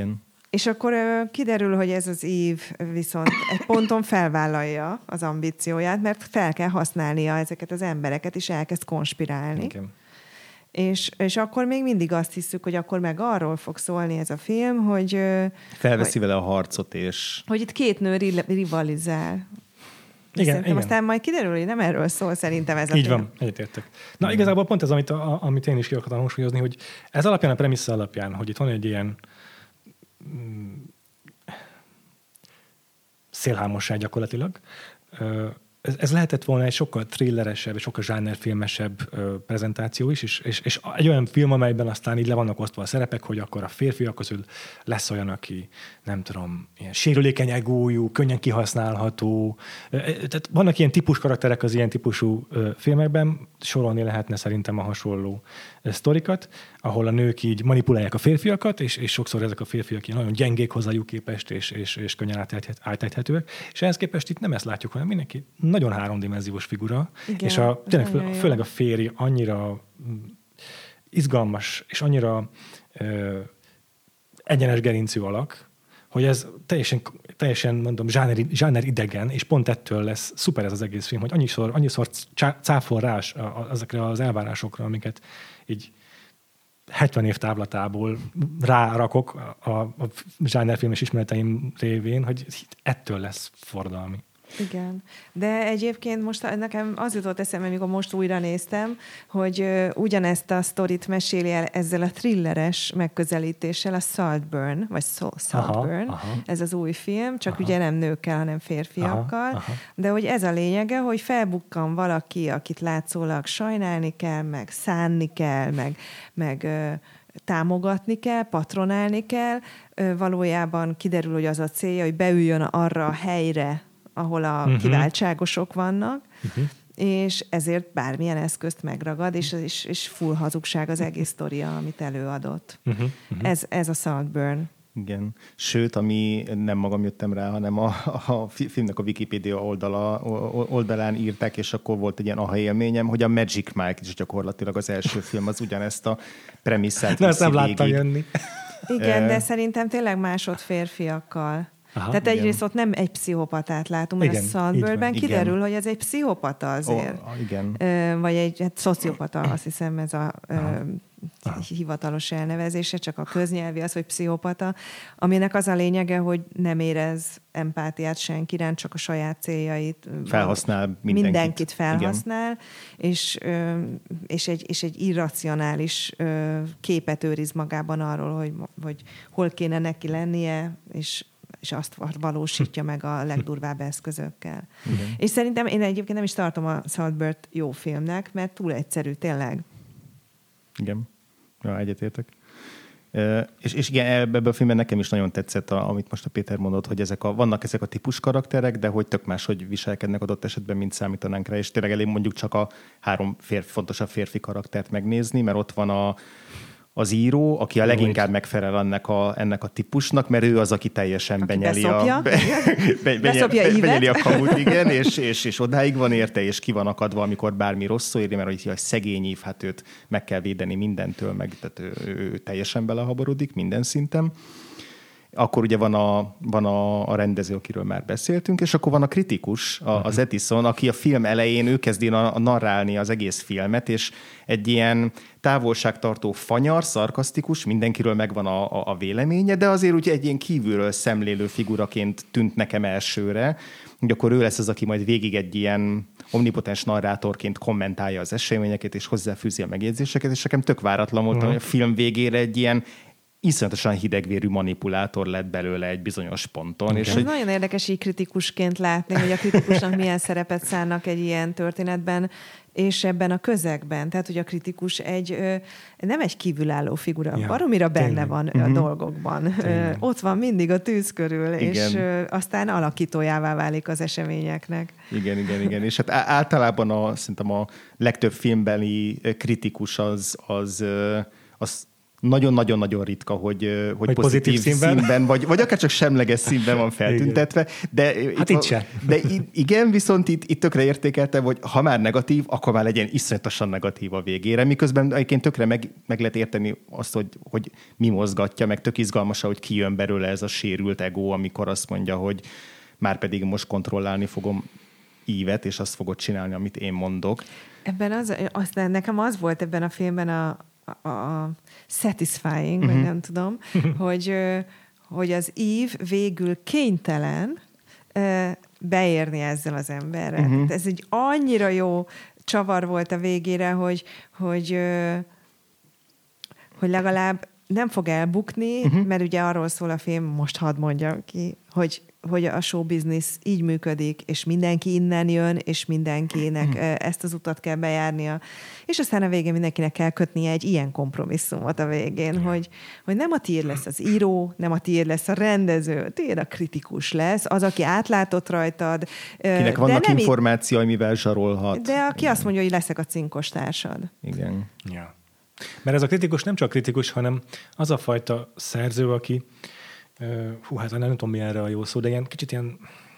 És akkor kiderül, hogy ez az Eve viszont egy ponton felvállalja az ambícióját, mert fel kell használnia ezeket az embereket, és elkezd konspirálni. Igen. És akkor még mindig azt hiszük, hogy akkor meg arról fog szólni ez a film, hogy... Felveszi vele a harcot, és... Hogy itt két nő rivalizál. Igen. Aztán majd kiderül, hogy nem erről szól szerintem ez a Így film. van, egyetértek. Na igazából pont ez, amit én is ki akartam hangsúlyozni, hogy ez alapján, a premissza alapján, hogy itt van egy ilyen szélhámosság gyakorlatilag, ez lehetett volna egy sokkal thrilleresebb, sokkal zsánerfilmesebb prezentáció is, és egy olyan film, amelyben aztán így le vannak osztva a szerepek, hogy akkor a férfiak közül lesz olyan, aki nem tudom, ilyen sérülékeny egójú, könnyen kihasználható. Tehát vannak ilyen típus karakterek az ilyen típusú filmekben, sorolni lehetne szerintem a hasonló sztorikat, ahol a nők így manipulálják a férfiakat, és sokszor ezek a férfiak ilyen nagyon gyengék hozzájuk képest, és könnyen átejthetőek. És ehhez képest itt nem ezt látjuk, hanem mindenki nagyon háromdimenziós figura, igen, és tényleg főleg a férj annyira izgalmas, és annyira egyenes gerincű alak, hogy ez teljesen mondom, zsáner idegen, és pont ettől lesz szuper ez az egész film, hogy annyiszor cáfol rá ezekre az elvárásokra, amiket így 70 év távlatából rárakok a zsánerfilmes ismereteim révén, hogy ettől lesz forradalmi. Igen, de egyébként most nekem az jutott eszembe, amikor most újra néztem, hogy ugyanezt a sztorit meséli el ezzel a thrilleres megközelítéssel, a Saltburn, vagy Saltburn, ez az új film, csak ugye nem nőkkel, hanem férfiakkal, de hogy ez a lényege, hogy felbukkan valaki, akit látszólag sajnálni kell, meg szánni kell, meg támogatni kell, patronálni kell, valójában kiderül, hogy az a célja, hogy beüljön arra a helyre, ahol a kiváltságosok vannak, és ezért bármilyen eszközt megragad, és full hazugság az egész sztoria, amit előadott. Ez a Saltburn. Igen. Sőt, ami nem magam jöttem rá, hanem a filmnek a Wikipédia oldalán írták, és akkor volt egy ilyen aha élményem, hogy a Magic Mike is gyakorlatilag az első film, az ugyanezt a premisszát. Na, ezt nem láttam jönni. Igen, de szerintem tényleg másod férfiakkal. Tehát egyrészt ott nem egy pszichopatát látunk, mert a Saltburnben kiderül, hogy ez egy pszichopata azért. Vagy egy szociopata, azt hiszem ez a hivatalos elnevezése, csak a köznyelvi az, hogy pszichopata, aminek az a lényege, hogy nem érez empátiát senki iránt, csak a saját céljait. Felhasznál mindenkit felhasznál, és egy irracionális képet őriz magában arról, hogy hol kéne neki lennie, és azt valósítja meg a legdurvább eszközökkel. Igen. És szerintem én egyébként nem is tartom a Saltburnt jó filmnek, mert túl egyszerű, tényleg. Igen. Ja, egyetértek. És igen, ebben a filmben nekem is nagyon tetszett, amit most a Péter mondott, hogy vannak ezek a típus karakterek, de hogy tök máshogy viselkednek adott esetben, mint számítanánk rá, és tényleg elég mondjuk csak a három fontosabb férfi karaktert megnézni, mert ott van az író, aki a leginkább megfelel ennek a típusnak, mert ő az, aki teljesen benyeli a kamut, igen, és odáig van érte, és ki van akadva, amikor bármi rosszul éri, mert hogy szegény Ív, hát őt meg kell védeni mindentől, tehát ő teljesen belehaborodik minden szinten. Akkor ugye van a rendező, akiről már beszéltünk, és akkor van a kritikus, az Edison, aki a film elején ő kezdi narrálni az egész filmet, és egy ilyen távolságtartó fanyar, szarkasztikus, mindenkiről megvan a véleménye, de azért úgy egy ilyen kívülről szemlélő figuraként tűnt nekem elsőre, hogy akkor ő lesz az, aki majd végig egy ilyen omnipotens narrátorként kommentálja az eseményeket, és hozzáfűzi a megjegyzéseket, és nekem tök váratlan volt, hogy a film végére egy ilyen iszonyatosan hidegvérű manipulátor lett belőle egy bizonyos ponton. És ez nagyon érdekes így kritikusként látni, hogy a kritikusnak milyen szerepet szánnak egy ilyen történetben, és ebben a közegben. Tehát, hogy a kritikus nem egy kívülálló figura, baromira benne van a dolgokban. Ott van mindig a tűz körül, és aztán alakítójává válik az eseményeknek. Igen. És hát általában szerintem a legtöbb filmbeli kritikus az nagyon-nagyon-nagyon ritka, hogy pozitív színben vagy akár csak semleges színben van feltüntetve. De hát itt sem. De igen, viszont itt tökre értékeltem, hogy ha már negatív, akkor már legyen iszonyatosan negatív a végére. Miközben egyébként tökre meg lehet érteni azt, hogy mi mozgatja, meg tök izgalmas, hogy kijön belőle ez a sérült ego, amikor azt mondja, hogy már pedig most kontrollálni fogom Ívet, és azt fogod csinálni, amit én mondok. Ebben nekem az volt ebben a filmben a satisfying, vagy nem tudom, hogy az Eve végül kénytelen beérni ezzel az emberrel. Ez egy annyira jó csavar volt a végére, hogy legalább nem fog elbukni, mert ugye arról szól a film, most hadd mondjam ki, hogy a show business így működik, és mindenki innen jön, és mindenkinek ezt az utat kell bejárnia. És aztán a végén mindenkinek kell kötnie egy ilyen kompromisszumot a végén, hogy nem a tiéd lesz az író, nem a tiéd lesz a rendező, tiéd a kritikus lesz, az, aki átlátott rajtad. Kinek vannak információi, mivel zsarolhat. De aki azt mondja, hogy leszek a cinkos társad. Igen. Ja. Mert ez a kritikus nem csak kritikus, hanem az a fajta szerző, aki hát nem tudom, mi erre a jó szó, de kicsit ilyen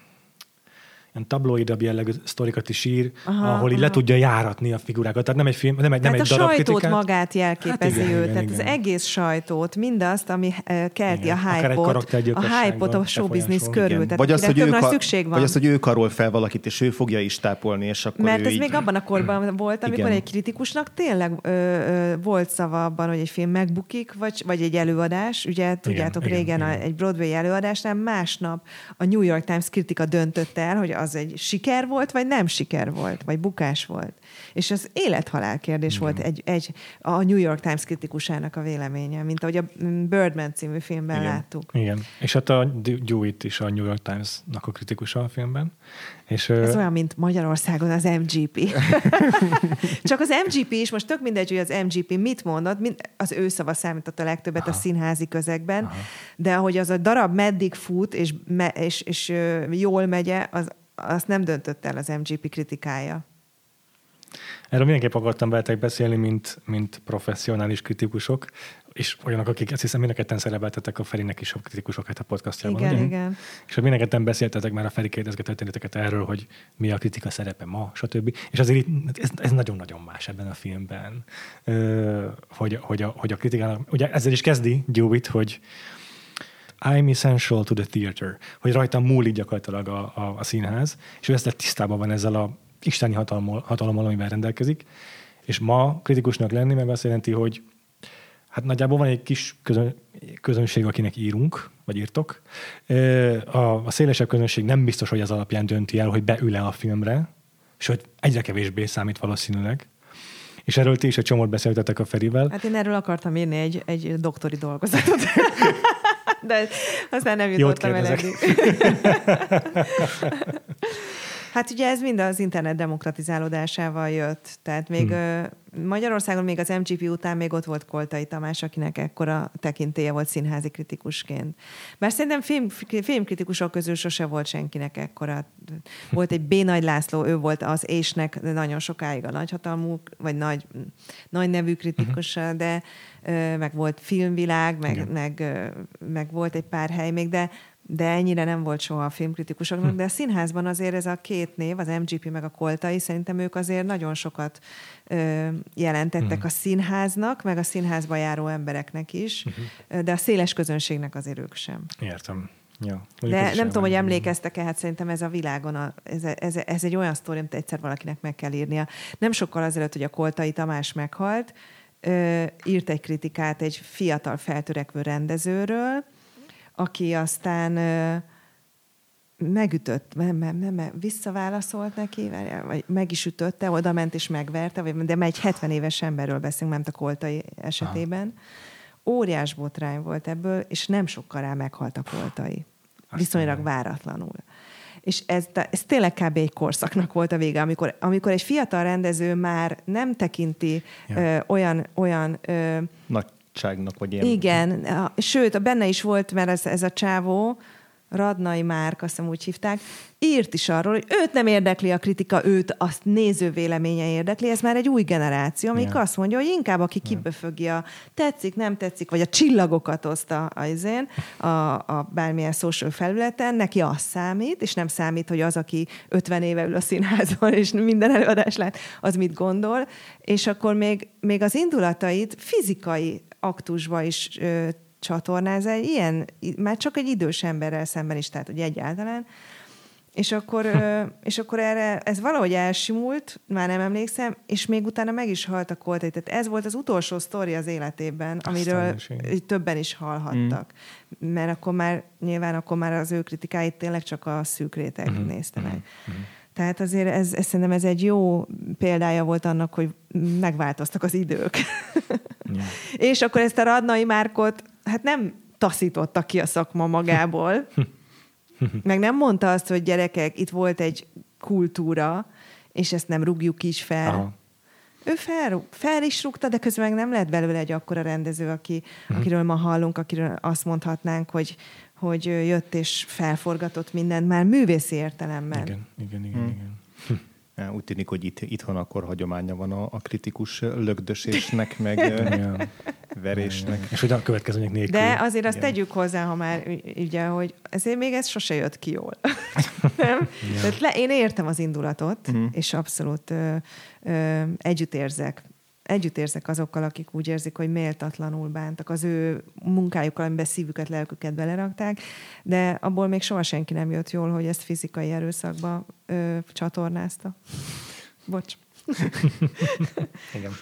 tabloidabb jellegű sztorikat is ír, ahol így le tudja járatni a figurákat. Tehát nem egy film, nem egy darab kritikát. Tehát a sajtót magát jelképezi ő. Tehát az egész sajtót, mindazt, ami kelti a hype-ot a show business körül. Tehát vagy az, hogy ő karol fel valakit, és ő fogja is tápolni, és akkor mert ez még abban a korban volt, amikor egy kritikusnak tényleg volt szava abban, hogy egy film megbukik, vagy egy előadás. Ugye tudjátok, régen egy Broadway előadásnál másnap a New York Times kritika döntött el, hogy az egy siker volt, vagy nem siker volt, vagy bukás volt. És az élethalál kérdés volt a New York Times kritikusának a véleménye, mint ahogy a Birdman című filmben láttuk. Igen. És hát a Dewitt is a New York Times-nak a kritikusa a filmben. És, ez olyan, mint Magyarországon az MGP. Csak az MGP is, most tök mindegy, hogy az MGP mit mondott, az ő szava számított a legtöbbet a színházi közegben, de ahogy az a darab meddig fut, és jól megye, azt nem döntött el az MGP kritikája. Erről mindenképp akartam veletek beszélni, mint professzionális kritikusok, és olyanok, akik azt hiszem mindenketten szerepeltetek a Ferinek is a kritikusokat a podcastjában. Igen. És hogy mindenketten beszéltetek már a Feri kérdezgetett tényleteket erről, hogy mi a kritika szerepe ma, stb. És azért ez nagyon-nagyon más ebben a filmben, hogy a kritikának, ugye ezzel is kezdi Dewitt, hogy I'm essential to the theater, hogy rajtam múlik gyakorlatilag a színház, és ő ezt tisztában van ezzel a isteni hatalommal, amivel rendelkezik, és ma kritikusnak lenni meg azt jelenti, hogy hát nagyjából van egy kis közönség, akinek írunk, vagy írtok. A szélesebb közönség nem biztos, hogy az alapján dönti el, hogy beül-e a filmre, sőt, egyre kevésbé számít valószínűleg. És erről ti is egy csomót beszéltetek a Ferivel. Hát én erről akartam írni egy doktori dolgozatot. De aztán nem jutottam el eddig. Hát ugye ez mind az internet demokratizálódásával jött. Tehát még Magyarországon még az MGP után még ott volt Koltai Tamás, akinek ekkora tekintélye volt színházi kritikusként. Bár szerintem filmkritikusok közül sose volt senkinek ekkora. Volt egy B. Nagy László, ő volt az Ésnek nagyon sokáig a nagyhatalmú, vagy nagy nevű kritikusa, de meg volt Filmvilág, meg volt egy pár hely még, de ennyire nem volt soha a filmkritikusoknak, de a színházban azért ez a két név, az MGP meg a Koltai, szerintem ők azért nagyon sokat jelentettek a színháznak, meg a színházba járó embereknek is, de a széles közönségnek azért ők sem. Értem. Ja, de nem tudom, hogy emlékeztek-e, hát szerintem ez a világon, ez egy olyan sztori, amit egyszer valakinek meg kell írnia. Nem sokkal azelőtt, hogy a Koltai Tamás meghalt, írt egy kritikát egy fiatal feltörekvő rendezőről, aki aztán megütött, visszaválaszolt neki, vagy meg is ütötte, oda ment és megverte, de egy 70 éves emberről beszélünk, nem a Koltai esetében. Óriás botrány volt ebből, és nem sokkal rá meghalt a Koltai. Viszonylag váratlanul. És ez tényleg kb. Egy korszaknak volt a vége, amikor egy fiatal rendező már nem tekinti olyan nagyságnak, vagy ilyen. Igen, sőt, benne is volt, mert ez a csávó, Radnai Márk, azt hiszem úgy hívták, írt is arról, hogy őt nem érdekli a kritika, őt azt néző véleménye érdekli. Ez már egy új generáció, amik azt mondja, hogy inkább aki kiböfögi a tetszik, nem tetszik, vagy a csillagokat oszta a bármilyen social felületen, neki az számít, és nem számít, hogy az, aki 50 éve ül a színházban, és minden előadás lát, az mit gondol, és akkor még az indulatait fizikai aktusba is csatornáz egy ilyen, már csak egy idős emberrel szemben is, tehát hogy egyáltalán. És akkor erre ez valahogy elsimult, már nem emlékszem, és még utána meg is halt a Koltai. Tehát ez volt az utolsó sztori az életében, amiről többen is hallhattak. Mert akkor már az ő kritikáit tényleg csak a szűk réteg nézte meg. Tehát azért ez szerintem ez egy jó példája volt annak, hogy megváltoztak az idők. És akkor ezt a Radnai Márkot hát nem taszította ki a szakma magából, meg nem mondta azt, hogy gyerekek, itt volt egy kultúra, és ezt nem rúgjuk is fel. Aha. Ő fel is rúgta, de közben meg nem lett belőle egy akkora rendező, akiről ma hallunk, akiről azt mondhatnánk, hogy jött és felforgatott mindent, már művészi értelemben. Igen. Úgy tűnik, hogy itthon akkor hagyománya van a kritikus lögdösésnek, meg verésnek. És hogy a következőnek nélkül. De azért azt tegyük hozzá, ha már ugye, hogy ezért még ez sose jött ki jól. Nem? Tehát én értem az indulatot, és abszolút együtt érzek azokkal, akik úgy érzik, hogy méltatlanul bántak az ő munkájukkal, amiben szívüket, lelküket belerakták, de abból még soha senki nem jött jól, hogy ezt fizikai erőszakba csatornázta. Bocs. Igen.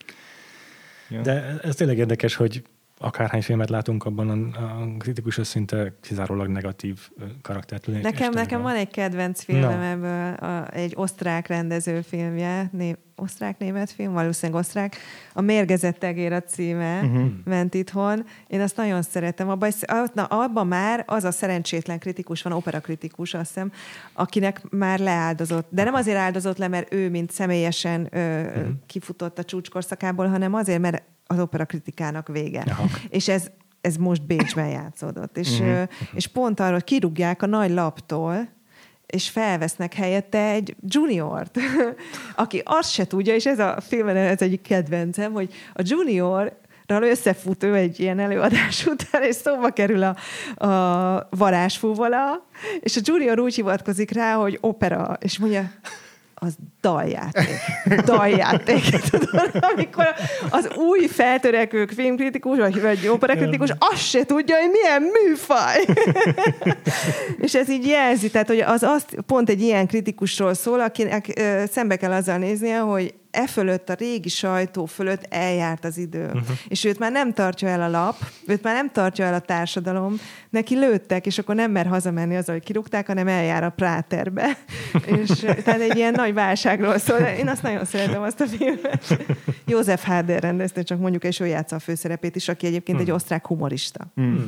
Ja. De ez tényleg érdekes, hogy akárhány filmet látunk, abban a kritikus az szinte kizárólag negatív karaktert. Nekem van egy kedvenc filmem ebből, egy osztrák rendező filmje, osztrák-német film, valószínűleg osztrák. A Mérgezett egér a címe, ment itthon. Én azt nagyon szeretem. Abban már az a szerencsétlen kritikus van, operakritikus, azt hiszem, akinek már leáldozott. De nem azért áldozott le, mert ő mint személyesen kifutott a csúcskorszakából, hanem azért, mert az operakritikának vége. Aha. És ez most Bécsben játszódott. És pont arra, hogy kirúgják a nagy laptól, és felvesznek helyette egy juniort, aki azt se tudja, és ez a filmben ez egyik kedvencem, hogy a juniorral összefut ő egy ilyen előadás után, és szóba kerül a varázsfúvola, és a junior úgy hivatkozik rá, hogy opera, és mondja, az daljáték. Tudod, amikor az új feltörekvők filmkritikus, vagy operakritikus, azt se tudja, hogy milyen műfaj. És ez így jelzi, tehát hogy az pont egy ilyen kritikusról szól, akinek szembe kell azzal néznie, hogy fölött, a régi sajtó fölött eljárt az idő. És őt már nem tartja el a lap, őt már nem tartja el a társadalom, neki lőttek, és akkor nem mer hazamenni azzal, hogy kirúgták, hanem eljár a Práterbe. És tehát egy ilyen nagy válságról szól. Én azt nagyon szeretem, azt a filmet. József Harder rendezte, csak mondjuk, és ő játsza a főszerepét is, aki egyébként egy osztrák humorista.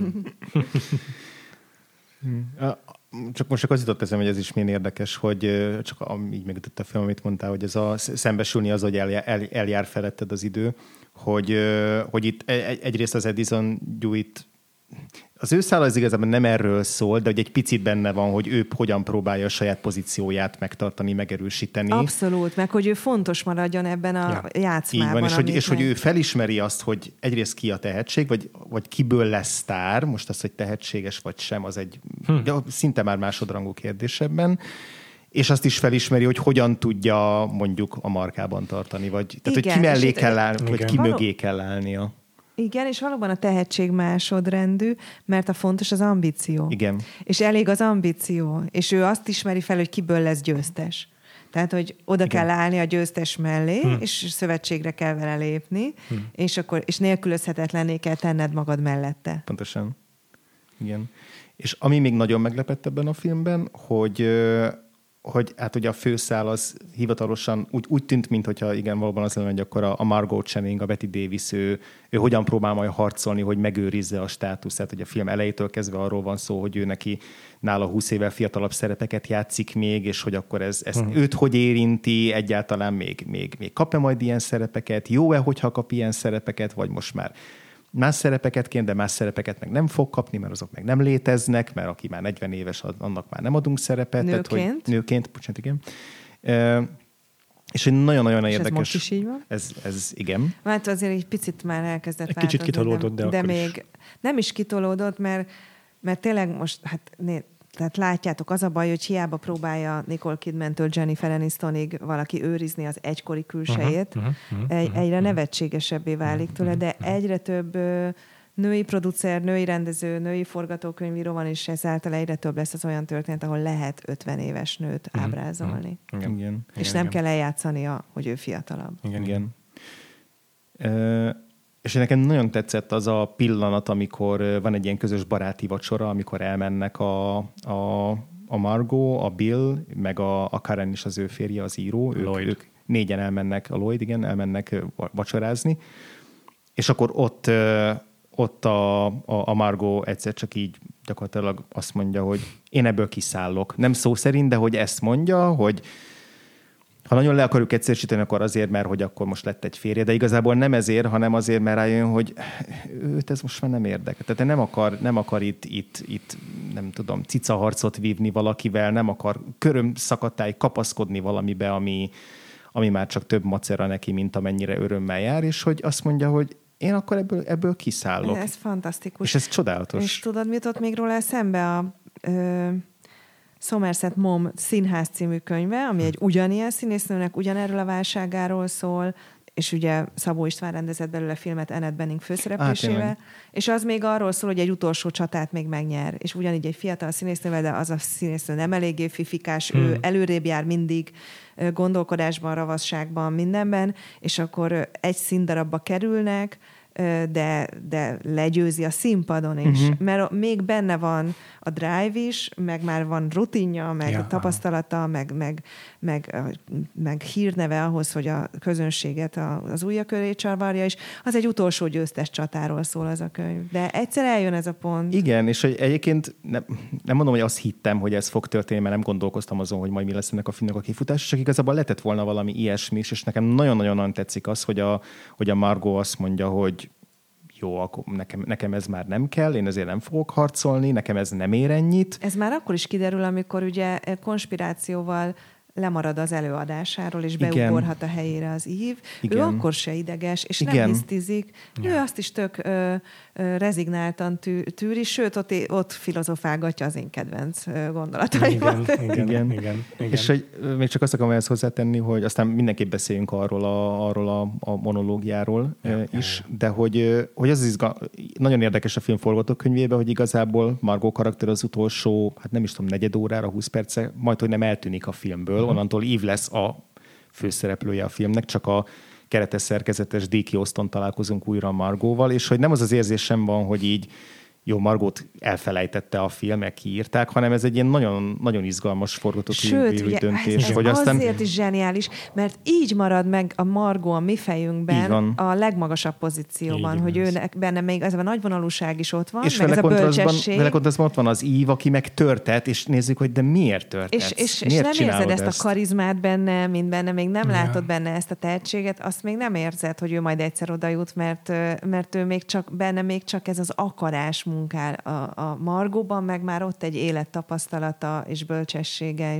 Csak most az jutott eszembe, hogy ez is milyen érdekes, hogy csak így megütött a film, amit mondtál, hogy ez szembesülni az, hogy eljár feletted az idő, hogy itt egyrészt az Addison Hewitt, az ő szála az igazából nem erről szól, de hogy egy picit benne van, hogy ő hogyan próbálja a saját pozícióját megtartani, megerősíteni. Abszolút, meg hogy ő fontos maradjon ebben a játszmában. Így van, és hogy ő felismeri azt, hogy egyrészt ki a tehetség, vagy kiből lesz sztár, most az, hogy tehetséges vagy sem, az egy szinte már másodrangú kérdés ebben, és azt is felismeri, hogy hogyan tudja mondjuk a markában tartani, vagy tehát, hogy ki mellé kell állni, vagy ki mögé kell állnia. Igen, és valóban a tehetség másodrendű, mert a fontos az ambíció. Igen. És elég az ambíció. És ő azt ismeri fel, hogy kiből lesz győztes. Tehát, hogy oda kell állni a győztes mellé, és szövetségre kell vele lépni, és nélkülözhetetlenné kell tenned magad mellette. Pontosan. Igen. És ami még nagyon meglepett ebben a filmben, hogy hát ugye a főszál az hivatalosan úgy tűnt, mintha igen, valóban az lenne, hogy akkor a Margot Channing, a Bette Davis, ő hogyan próbál majd harcolni, hogy megőrizze a státuszát. Ugye a film elejétől kezdve arról van szó, hogy ő neki nála 20 évvel fiatalabb szerepeket játszik még, és hogy akkor ez őt hogy érinti, egyáltalán még kap-e majd ilyen szerepeket, jó-e, hogyha kap ilyen szerepeket, vagy most már más szerepeket kéne, de más szerepeket meg nem fog kapni, mert azok meg nem léteznek, mert aki már 40 éves, annak már nem adunk szerepet. Nőként. Tehát, hogy nőként, bocsánat, igen. És egy nagyon-nagyon érdekes... ez most is így van? Ez igen. Hát azért egy picit már elkezdett egy kicsit kitolódott, de még is. Nem is kitolódott, mert tényleg most, tehát látjátok, az a baj, hogy hiába próbálja Nicole Kidman-től Jennifer Anistonig valaki őrizni az egykori külsejét, egyre nevetségesebbé válik tőle, de egyre több női producer, női rendező, női forgatókönyvíró van, és ezáltal egyre több lesz az olyan történet, ahol lehet 50 éves nőt ábrázolni. Igen. És nem kell eljátszania, hogy ő fiatalabb. Igen. És nekem nagyon tetszett az a pillanat, amikor van egy ilyen közös baráti vacsora, amikor elmennek a Margot, a Bill, meg a Karen is az ő férje, az író. Ők négyen elmennek, a Lloyd, igen, elmennek vacsorázni. És akkor ott a Margot egyszer csak így gyakorlatilag azt mondja, hogy én ebből kiszállok. Nem szó szerint, de hogy ezt mondja, hogy ha nagyon le akarjuk egyszerűsíteni, akkor azért, mert hogy akkor most lett egy férje, de igazából nem ezért, hanem azért, mert rájön, hogy őt ez most már nem érdekel. Tehát nem akar itt nem tudom, cicaharcot vívni valakivel, nem akar körömszakadtáig kapaszkodni valamibe, ami már csak több macera neki, mint amennyire örömmel jár, és hogy azt mondja, hogy én akkor ebből kiszállok. Ez fantasztikus. És ez csodálatos. És tudod, mit ott még róla eszembe a Somerset Maugham Színház című könyve, ami egy ugyanilyen színésznőnek ugyanerről a válságáról szól, és ugye Szabó István rendezett belőle filmet Annette Bening főszereplésével, és az még arról szól, hogy egy utolsó csatát még megnyer, és ugyanígy egy fiatal színésznővel, de az a színésznő nem eléggé fifikás, ő előrébb jár mindig gondolkodásban, ravasságban, mindenben, és akkor egy színdarabba kerülnek, de legyőzi a színpadon is. Mert még benne van a drive is, meg már van rutinja, meg tapasztalata, meg hírneve ahhoz, hogy a közönséget az ujja köré csavarja, és az egy utolsó győztes csatáról szól az a könyv. De egyszer eljön ez a pont. Igen, és egyébként nem mondom, hogy azt hittem, hogy ez fog történni, mert nem gondolkoztam azon, hogy majd mi lesz ennek a filmnek a kifutás, csak igazából lehetett volna valami ilyesmi, és nekem nagyon-nagyon tetszik az, hogy a Margot azt mondja, hogy jó, akkor nekem ez már nem kell, én ezért nem fogok harcolni, nekem ez nem ér ennyit. Ez már akkor is kiderül, amikor ugye konspirációval lemarad az előadásáról, és beugorhat a helyére az ív. Igen. Ő akkor se ideges, és nem hisztizik. Ő azt is tök rezignáltan tűri, sőt, ott filozofálgatja az én kedvenc gondolataimat. Igen. És hogy még csak azt akarom ehhez hozzátenni, hogy aztán mindenképp beszéljünk arról a monológiáról is, de hogy az nagyon érdekes a film forgatókönyvében, hogy igazából Margot karakter az utolsó, hát nem is tudom, negyed órára, 20 perce, majd hogy nem eltűnik a filmből, onnantól Eve lesz a főszereplője a filmnek, csak a keretes szerkezetes díjkioszton találkozunk újra a Margóval, és hogy nem az érzésem van, hogy így jó, Margót elfelejtette a film, meg kiírták, hanem ez egy ilyen nagyon, nagyon izgalmas forgatókönyvíró döntés. Sőt, ez azért is zseniális, mert így marad meg a Margot a mi fejünkben a legmagasabb pozícióban, így hogy ő benne még ez a nagyvonalúság is ott van, és meg ez a bölcsesség. Vele kontrasztban ott van az Eve, aki meg törtet, és nézzük, hogy de miért törtetsz? És nem érzed ezt a karizmát benne, mint benne, még nem látod benne ezt a tehetséget, azt még nem érzed, hogy ő majd egyszer oda jut, mert ő még csak benne még csak ez az akarás munkál a Margóban, meg már ott egy élettapasztalata és bölcsessége,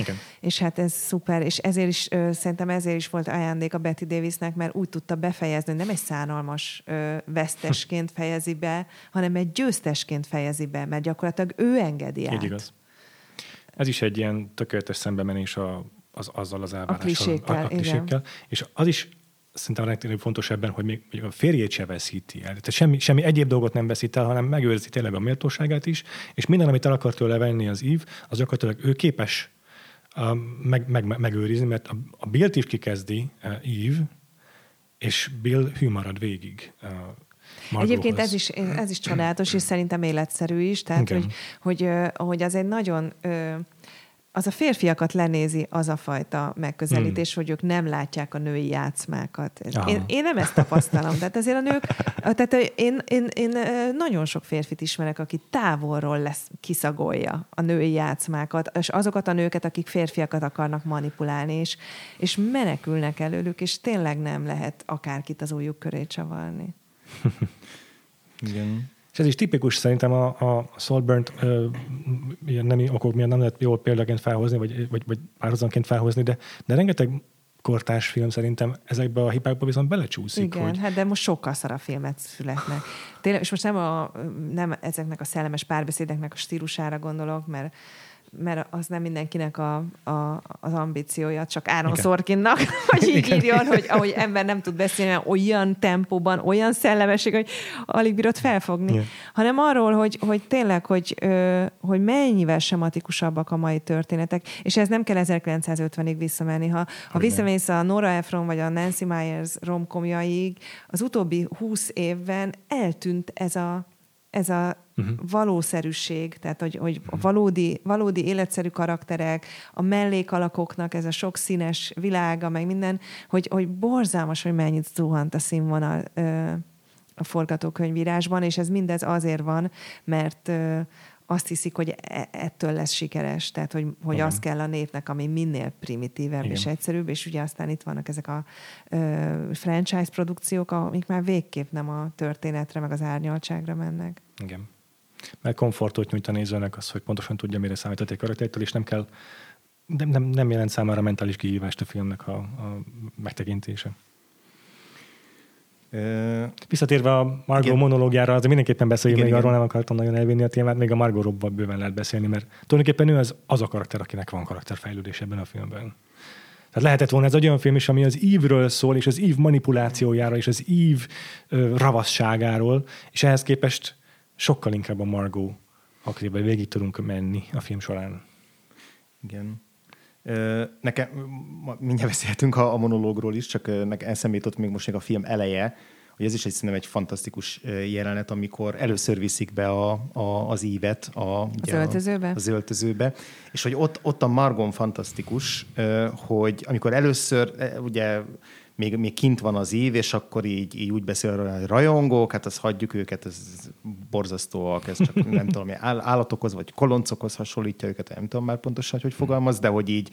és hát ez szuper, és ezért is szerintem ezért is volt ajándék a Bette Davisnek, mert úgy tudta befejezni, hogy nem egy szánalmas vesztesként fejezi be, hanem egy győztesként fejezi be, mert gyakorlatilag ő engedi át. Így igaz. Ez is egy ilyen tökéletes szembemenés azzal az elvárással. A klisékkel. És az is szerintem rendkívül fontos ebben, hogy még a férjét se veszíti el. Tehát semmi egyéb dolgot nem veszít el, hanem megőrzi tényleg a méltóságát is, és minden, amit el akar tőle venni az Eve, az gyakorlatilag ő képes megőrizni, mert a Billt is kikezdi Eve, és Bill hű marad végig Margóhoz. Egyébként ez is csodálatos, és szerintem életszerű is, tehát hogy az egy nagyon... az a férfiakat lenézi az a fajta megközelítés, hogy ők nem látják a női játszmákat. Én nem ezt tapasztalom. Tehát azért a nők, tehát én nagyon sok férfit ismerek, aki távolról kiszagolja a női játszmákat, és azokat a nőket, akik férfiakat akarnak manipulálni, és menekülnek előlük, és tényleg nem lehet akárkit az ujjuk köré csavarni. Igen. És ez is tipikus szerintem a Saltburn-t ilyen nemi okok miatt nem lehet jól példaként felhozni, vagy párhuzamként felhozni, de rengeteg kortárs film szerintem ezekbe a hibákba viszont belecsúszik. Igen, hogy... hát de most sokkal szarabb filmet születnek. Tényleg, és most nem ezeknek a szellemes párbeszédeknek a stílusára gondolok, mert az nem mindenkinek az ambíciója, csak Aaron Sorkinnak, hogy így írjon, hogy ahogy ember nem tud beszélni, olyan tempóban, olyan szellemesség, hogy alig bírod felfogni. Igen. Hanem arról, hogy tényleg, hogy mennyivel sematikusabbak a mai történetek, és ez nem kell 1950-ig visszamenni. Ha visszamész a Nora Ephron vagy a Nancy Meyers romkomjaig, az utóbbi 20 évben eltűnt ez a valószerűség, tehát hogy a valódi életszerű karakterek, a mellékalakoknak ez a sok színes világa, meg minden, hogy borzalmas, hogy mennyit zuhant a színvonal a forgatókönyvírásban, és ez mindez azért van, mert azt hiszik, hogy ettől lesz sikeres, tehát hogy az kell a népnek, ami minél primitívebb és egyszerűbb, és ugye aztán itt vannak ezek a franchise produkciók, amik már végképp nem a történetre, meg az árnyaltságra mennek. Igen. Mert komfortot nyújt a nézőnek az, hogy pontosan tudja, mire számítani a karaktertől, és nem kell, nem jelent számára mentális kihívást a filmnek a megtekintése. Visszatérve a Margot monológiára, azért mindenképpen beszéljünk, még arról nem akartam nagyon elvinni a témát, még a Margot Robbie-val bőven lehet beszélni, mert tulajdonképpen ő az a karakter, akinek van karakterfejlődés ebben a filmben. Tehát lehetett volna ez egy olyan film is, ami az Eve-ről szól, és az Eve manipulációjára, és az Eve ravasságáról, és ehhez képest sokkal inkább a Margot, akivel végig tudunk menni a film során. Igen. Nekem, mindjárt beszéltünk a monológról is, csak eszembe jutott még most a film eleje, hogy ez is szerintem egy fantasztikus jelenet, amikor először viszik be az Eve-et az öltözőbe, és hogy ott a Margon fantasztikus, hogy amikor először ugye még kint van az Eve, és akkor így úgy beszél arra, hogy rajongók, hát azt hagyjuk őket, ez borzasztóak, ez csak nem tudom, állatokhoz vagy koloncokhoz hasonlítja őket, nem tudom már pontosan, hogy fogalmaz, de hogy így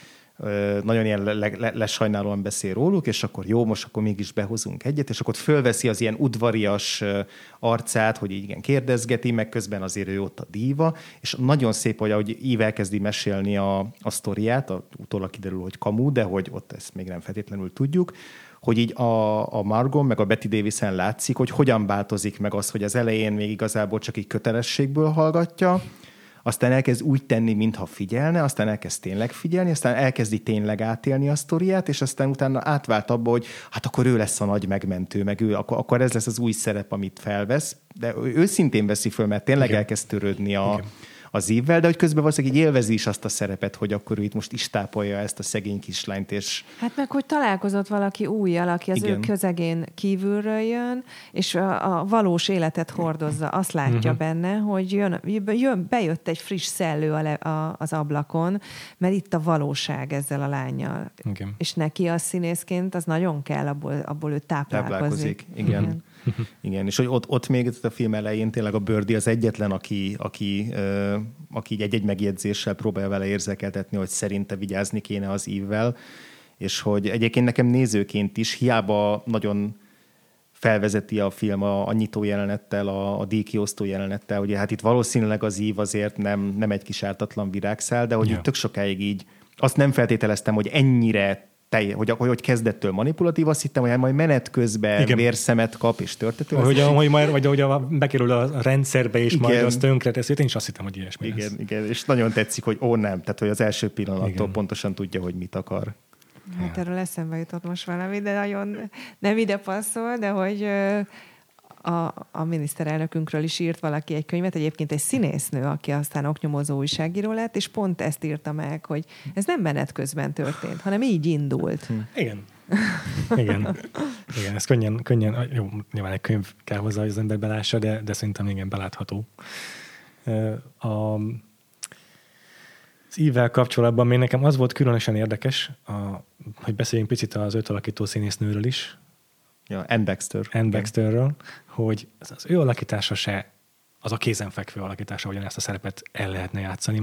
nagyon ilyen lesajnálóan beszél róluk, és akkor jó, most akkor mégis behozunk egyet, és akkor fölveszi az ilyen udvarias arcát, hogy így igen kérdezgeti, meg közben azért ő ott a díva, és nagyon szép, hogy ahogy Eve elkezdi mesélni a sztoriát, utólag kiderül, hogy kamu, de hogy ott ezt még nem feltétlenül tudjuk, hogy így a Margot meg a Bette Davison látszik, hogy hogyan változik meg az, hogy az elején még igazából csak így kötelességből hallgatja, aztán elkezd úgy tenni, mintha figyelne, aztán elkezd tényleg figyelni, aztán elkezdi tényleg átélni a sztoriát, és aztán utána átvált abba, hogy hát akkor ő lesz a nagy megmentő, meg ő, akkor ez lesz az új szerep, amit felvesz, de ő őszintén veszi föl, mert tényleg elkezd törődni az Eve-vel, de hogy közben valószínűleg így élvezi is azt a szerepet, hogy akkor ő itt most istápolja ezt a szegény kislányt, és... Hát meg, hogy találkozott valaki újjal, aki az ő közegén kívülről jön, és a valós életet hordozza. Azt látja benne, hogy bejött egy friss szellő az ablakon, mert itt a valóság ezzel a lánnyal. Igen. És neki a színészként az nagyon kell, abból ő táplálkozik. Igen. Igen, és hogy ott még a film elején tényleg a Birdie az egyetlen, aki így egy-egy megjegyzéssel próbálja vele érzékeltetni, hogy szerinte vigyázni kéne az Eve-vel, és hogy egyébként nekem nézőként is hiába nagyon felvezeti a film a nyitó jelenettel, a díjkiosztó jelenettel, hogy hát itt valószínűleg az Eve azért nem egy kis ártatlan virágszál, de hogy tök sokáig így azt nem feltételeztem, hogy ennyire hogy kezdettől manipulatív, azt hittem, hogy majd menet közben vérszem kap és törtető. Vagy hogy bekerül a rendszerbe, és majd azt tönkretesz. Én is azt hittem, hogy ilyesmi lesz. Igen, és nagyon tetszik, hogy nem, tehát hogy az első pillanattól pontosan tudja, hogy mit akar. Hát erről eszembe jutott most valami, de nagyon nem ide passzol, de hogy a miniszterelnökünkről is írt valaki egy könyvet, egyébként egy színésznő, aki aztán oknyomozó újságíró lett, és pont ezt írta meg, hogy ez nem menet közben történt, hanem így indult. Igen, ez könnyen, jó, nyilván egy könyv kell hozzá, hogy az ember belássa, de szerintem igen, belátható. Az Eve-vel kapcsolatban még nekem az volt különösen érdekes, hogy beszéljünk picit az őt alakító színésznőről is, Anne Baxterről, hogy az ő alakítása se az a kézenfekvő alakítása, ahogyan ezt a szerepet el lehetne játszani,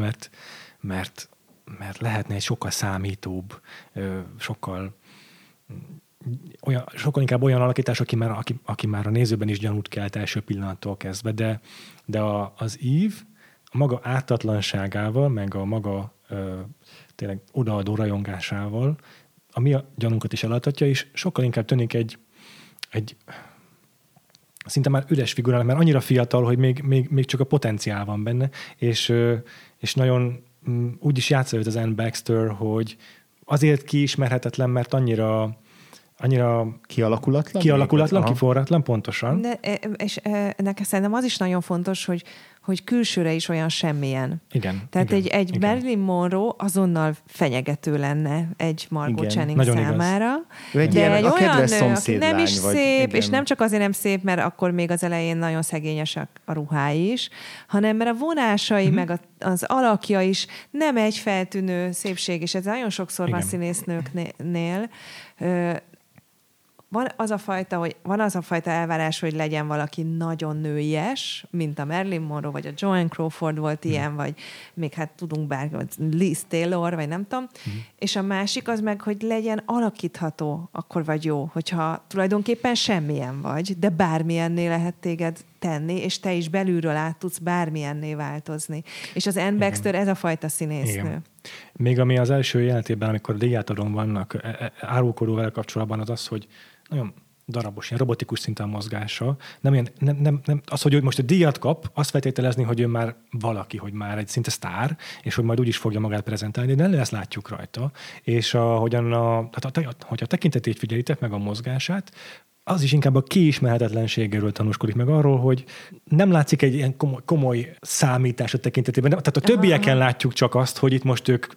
mert lehetne egy sokkal számítóbb, sokkal sokkal inkább olyan alakítás, aki már a nézőben is gyanút kelt első pillanattól kezdve, de az Eve a maga ártatlanságával, meg a maga tényleg odaadó rajongásával a mi gyanunkat is eladhatja, és sokkal inkább tűnik egy szinte már üres figurának, mert annyira fiatal, hogy még csak a potenciál van benne, és nagyon úgy is játsza őt az Anne Baxter, hogy azért kiismerhetetlen, mert annyira kialakulatlan, kiforratlan, pontosan. És nekem szerintem az is nagyon fontos, hogy külsőre is olyan semmilyen. Igen. Tehát igen, egy Marilyn Monroe azonnal fenyegető lenne egy Margot Channing számára. Ő egy ilyen a kedves szomszédlány. Nem is szép, és nem csak azért nem szép, mert akkor még az elején nagyon szegényesek a ruhái is, hanem mert a vonásai, meg az alakja is nem egy feltűnő szépség, és ez nagyon sokszor van színésznőknél. Van az a fajta elvárás, hogy legyen valaki nagyon nőies, mint a Marilyn Monroe, vagy a Joan Crawford volt ilyen, vagy még hát tudunk bárki, Liz Taylor, vagy nem tudom. És a másik az meg, hogy legyen alakítható, akkor vagy jó, hogyha tulajdonképpen semmilyen vagy, de bármilyenné lehet téged tenni, és te is belülről át tudsz bármilyenné változni. És az Anne Baxter ez a fajta színésznő. Igen. Még ami az első jelenetében, amikor díjátadón vannak, árulkodó vele kapcsolatban az, hogy nagyon darabos, ilyen robotikus szinten a mozgása. Nem, az, hogy ő most a díjat kap, azt feltételezni, hogy ő már valaki, hogy már egy szinte sztár, és hogy majd úgy is fogja magát prezentálni, de nem ezt látjuk rajta. És hogy a tekintetét figyelitek meg a mozgását, az is inkább a kiismerhetetlenségéről tanúskodik meg arról, hogy nem látszik egy ilyen komoly számítás a tekintetében. Tehát a többieken látjuk csak azt, hogy itt most ők...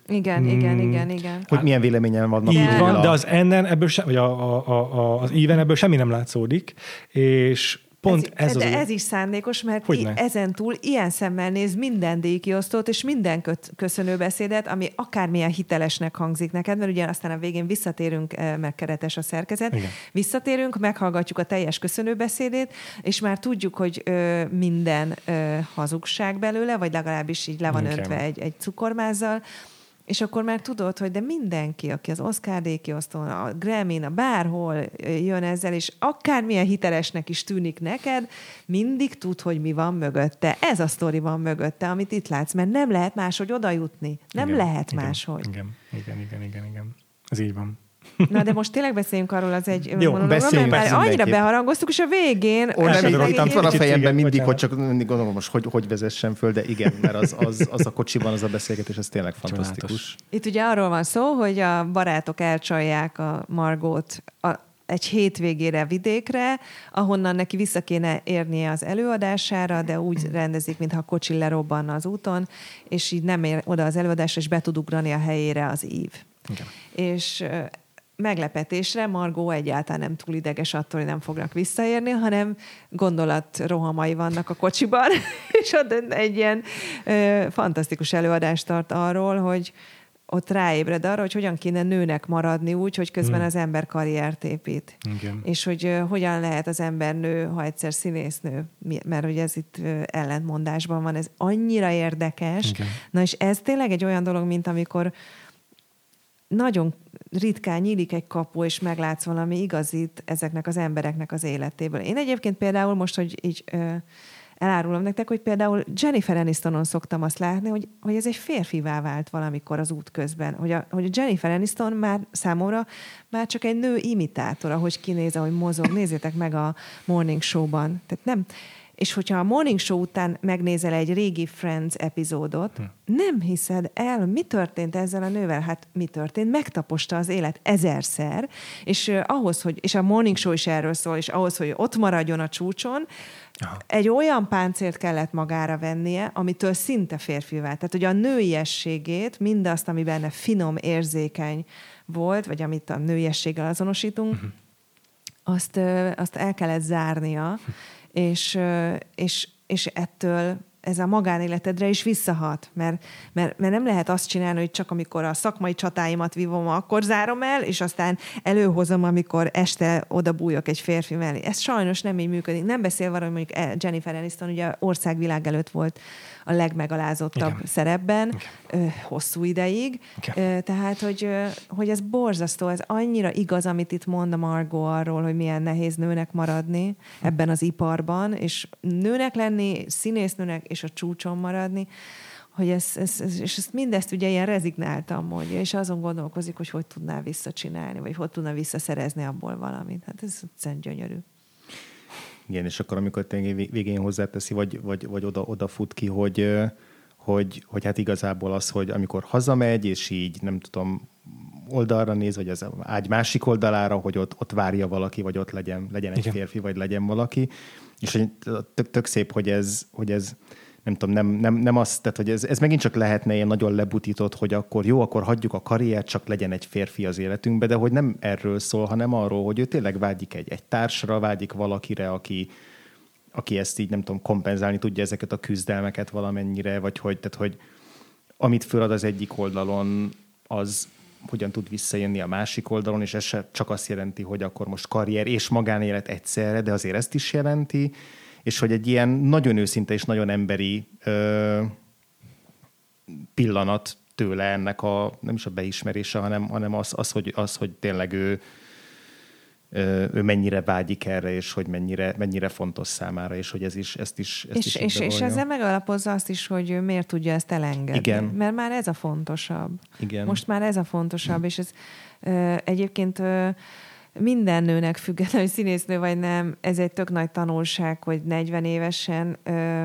Igen. Hogy milyen véleményen vannak. Így van, de az Ennen ebből vagy az Even ebből semmi nem látszódik, és pont ez is szándékos, mert ezen túl ilyen szemmel néz minden díjkiosztót és minden köszönőbeszédet, ami akármilyen hitelesnek hangzik neked, mert ugye aztán a végén visszatérünk, meg keretes a szerkezet, visszatérünk, meghallgatjuk a teljes köszönőbeszédét, és már tudjuk, hogy minden hazugság belőle, vagy legalábbis így le van öntve egy cukormázzal, és akkor már tudod, hogy de mindenki, aki az Oscar díjkiosztón, a Grammy-n, bárhol jön ezzel, és akármilyen hitelesnek is tűnik neked, mindig tud, hogy mi van mögötte. Ez a sztori van mögötte, amit itt látsz, mert nem lehet máshogy oda jutni. Nem lehet máshogy. Igen. Ez így van. Na, de most tényleg beszéljünk arról az egy monológról, mert annyira beharangoztuk, és a végén... Itt van a fejemben mindig, hogy csak mindig gondolom most, hogy vezessen föl, de igen, mert az a kocsiban az a beszélgetés, ez tényleg fantasztikus. Itt ugye arról van szó, hogy a barátok elcsalják a Margot egy hétvégére vidékre, ahonnan neki vissza kéne érnie az előadására, de úgy rendezik, mintha a kocsi lerobbanna az úton, és így nem ér oda az előadásra, és be tud ugrani a helyére az Eve. Okay. És meglepetésre Margot egyáltalán nem túl ideges attól, hogy nem fognak visszaérni, hanem gondolatrohamai vannak a kocsiban, és ott egy ilyen fantasztikus előadást tart arról, hogy ott ráébred arra, hogy hogyan kéne nőnek maradni úgy, hogy közben az ember karriert épít. Igen. És hogy hogyan lehet az ember nő, ha egyszer színésznő. Mert hogy ez itt ellentmondásban van. Ez annyira érdekes. Igen. Na és ez tényleg egy olyan dolog, mint amikor nagyon ritkán nyílik egy kapu, és meglátsz valami igazit ezeknek az embereknek az életéből. Én egyébként például most, hogy így elárulom nektek, hogy például Jennifer Anistonon szoktam azt látni, hogy ez egy férfivá vált valamikor az út közben. Hogy a Jennifer Aniston már számomra már csak egy nő imitátor, ahogy kinéz, ahogy mozog. Nézzétek meg a Morning Show-ban. Tehát nem... És hogyha a Morning Show után megnézel egy régi Friends epizódot, nem hiszed el, mi történt ezzel a nővel? Hát mi történt? Megtaposta az élet 1000-szer, és és a Morning Show is erről szól, és ahhoz, hogy ott maradjon a csúcson, egy olyan páncélt kellett magára vennie, amitől szinte férfivá. Tehát, hogy a nőiességét, mindazt, ami benne finom, érzékeny volt, vagy amit a nőiességgel azonosítunk, azt el kellett zárnia, és ettől ez a magánéletedre is visszahat, mert nem lehet azt csinálni, hogy csak amikor a szakmai csatáimat vívom, akkor zárom el, és aztán előhozom, amikor este odabújok egy férfi mellé. Ez sajnos nem így működik. Nem beszélve arról, hogy mondjuk Jennifer Aniston ugye országvilág előtt volt a legmegalázottabb szerepben, hosszú ideig. Tehát, hogy ez borzasztó, ez annyira igaz, amit itt mond a Margot arról, hogy milyen nehéz nőnek maradni ebben az iparban, és nőnek lenni, színésznőnek, és a csúcson maradni, hogy és ezt mindezt ugye ilyen rezignáltan mondja, és azon gondolkozik, hogy tudná visszacsinálni, vagy hogy tudna visszaszerezni abból valamit. Hát ez egyszerűen gyönyörű. Igen, és akkor amikor végén hozzáteszi, vagy oda fut ki, hogy hát igazából az, hogy amikor hazamegy, és így nem tudom, oldalra néz, vagy az ágy másik oldalára, hogy ott várja valaki, vagy ott legyen egy férfi, vagy legyen valaki. És hogy tök szép, hogy ez nem tudom, nem az, tehát hogy ez megint csak lehetne ilyen nagyon lebutított, hogy akkor hagyjuk a karriert, csak legyen egy férfi az életünkbe, de hogy nem erről szól, hanem arról, hogy ő tényleg vágyik egy társra, vágyik valakire, aki ezt így nem tudom, kompenzálni tudja ezeket a küzdelmeket valamennyire, vagy hogy amit fölad az egyik oldalon, az hogyan tud visszajönni a másik oldalon, és ez se csak azt jelenti, hogy akkor most karrier és magánélet egyszerre, de azért ezt is jelenti, és hogy egy ilyen nagyon őszinte és nagyon emberi pillanat tőle ennek nem is a beismerése, hanem az, hogy tényleg ő mennyire vágyik erre, és hogy mennyire fontos számára, és hogy ezt is és ezzel megalapozza azt is, hogy ő miért tudja ezt elengedni. Igen. Mert már ez a fontosabb. Igen. Most már ez a fontosabb, és ez egyébként minden nőnek függetlenül, hogy színésznő vagy nem, ez egy tök nagy tanulság, hogy 40 évesen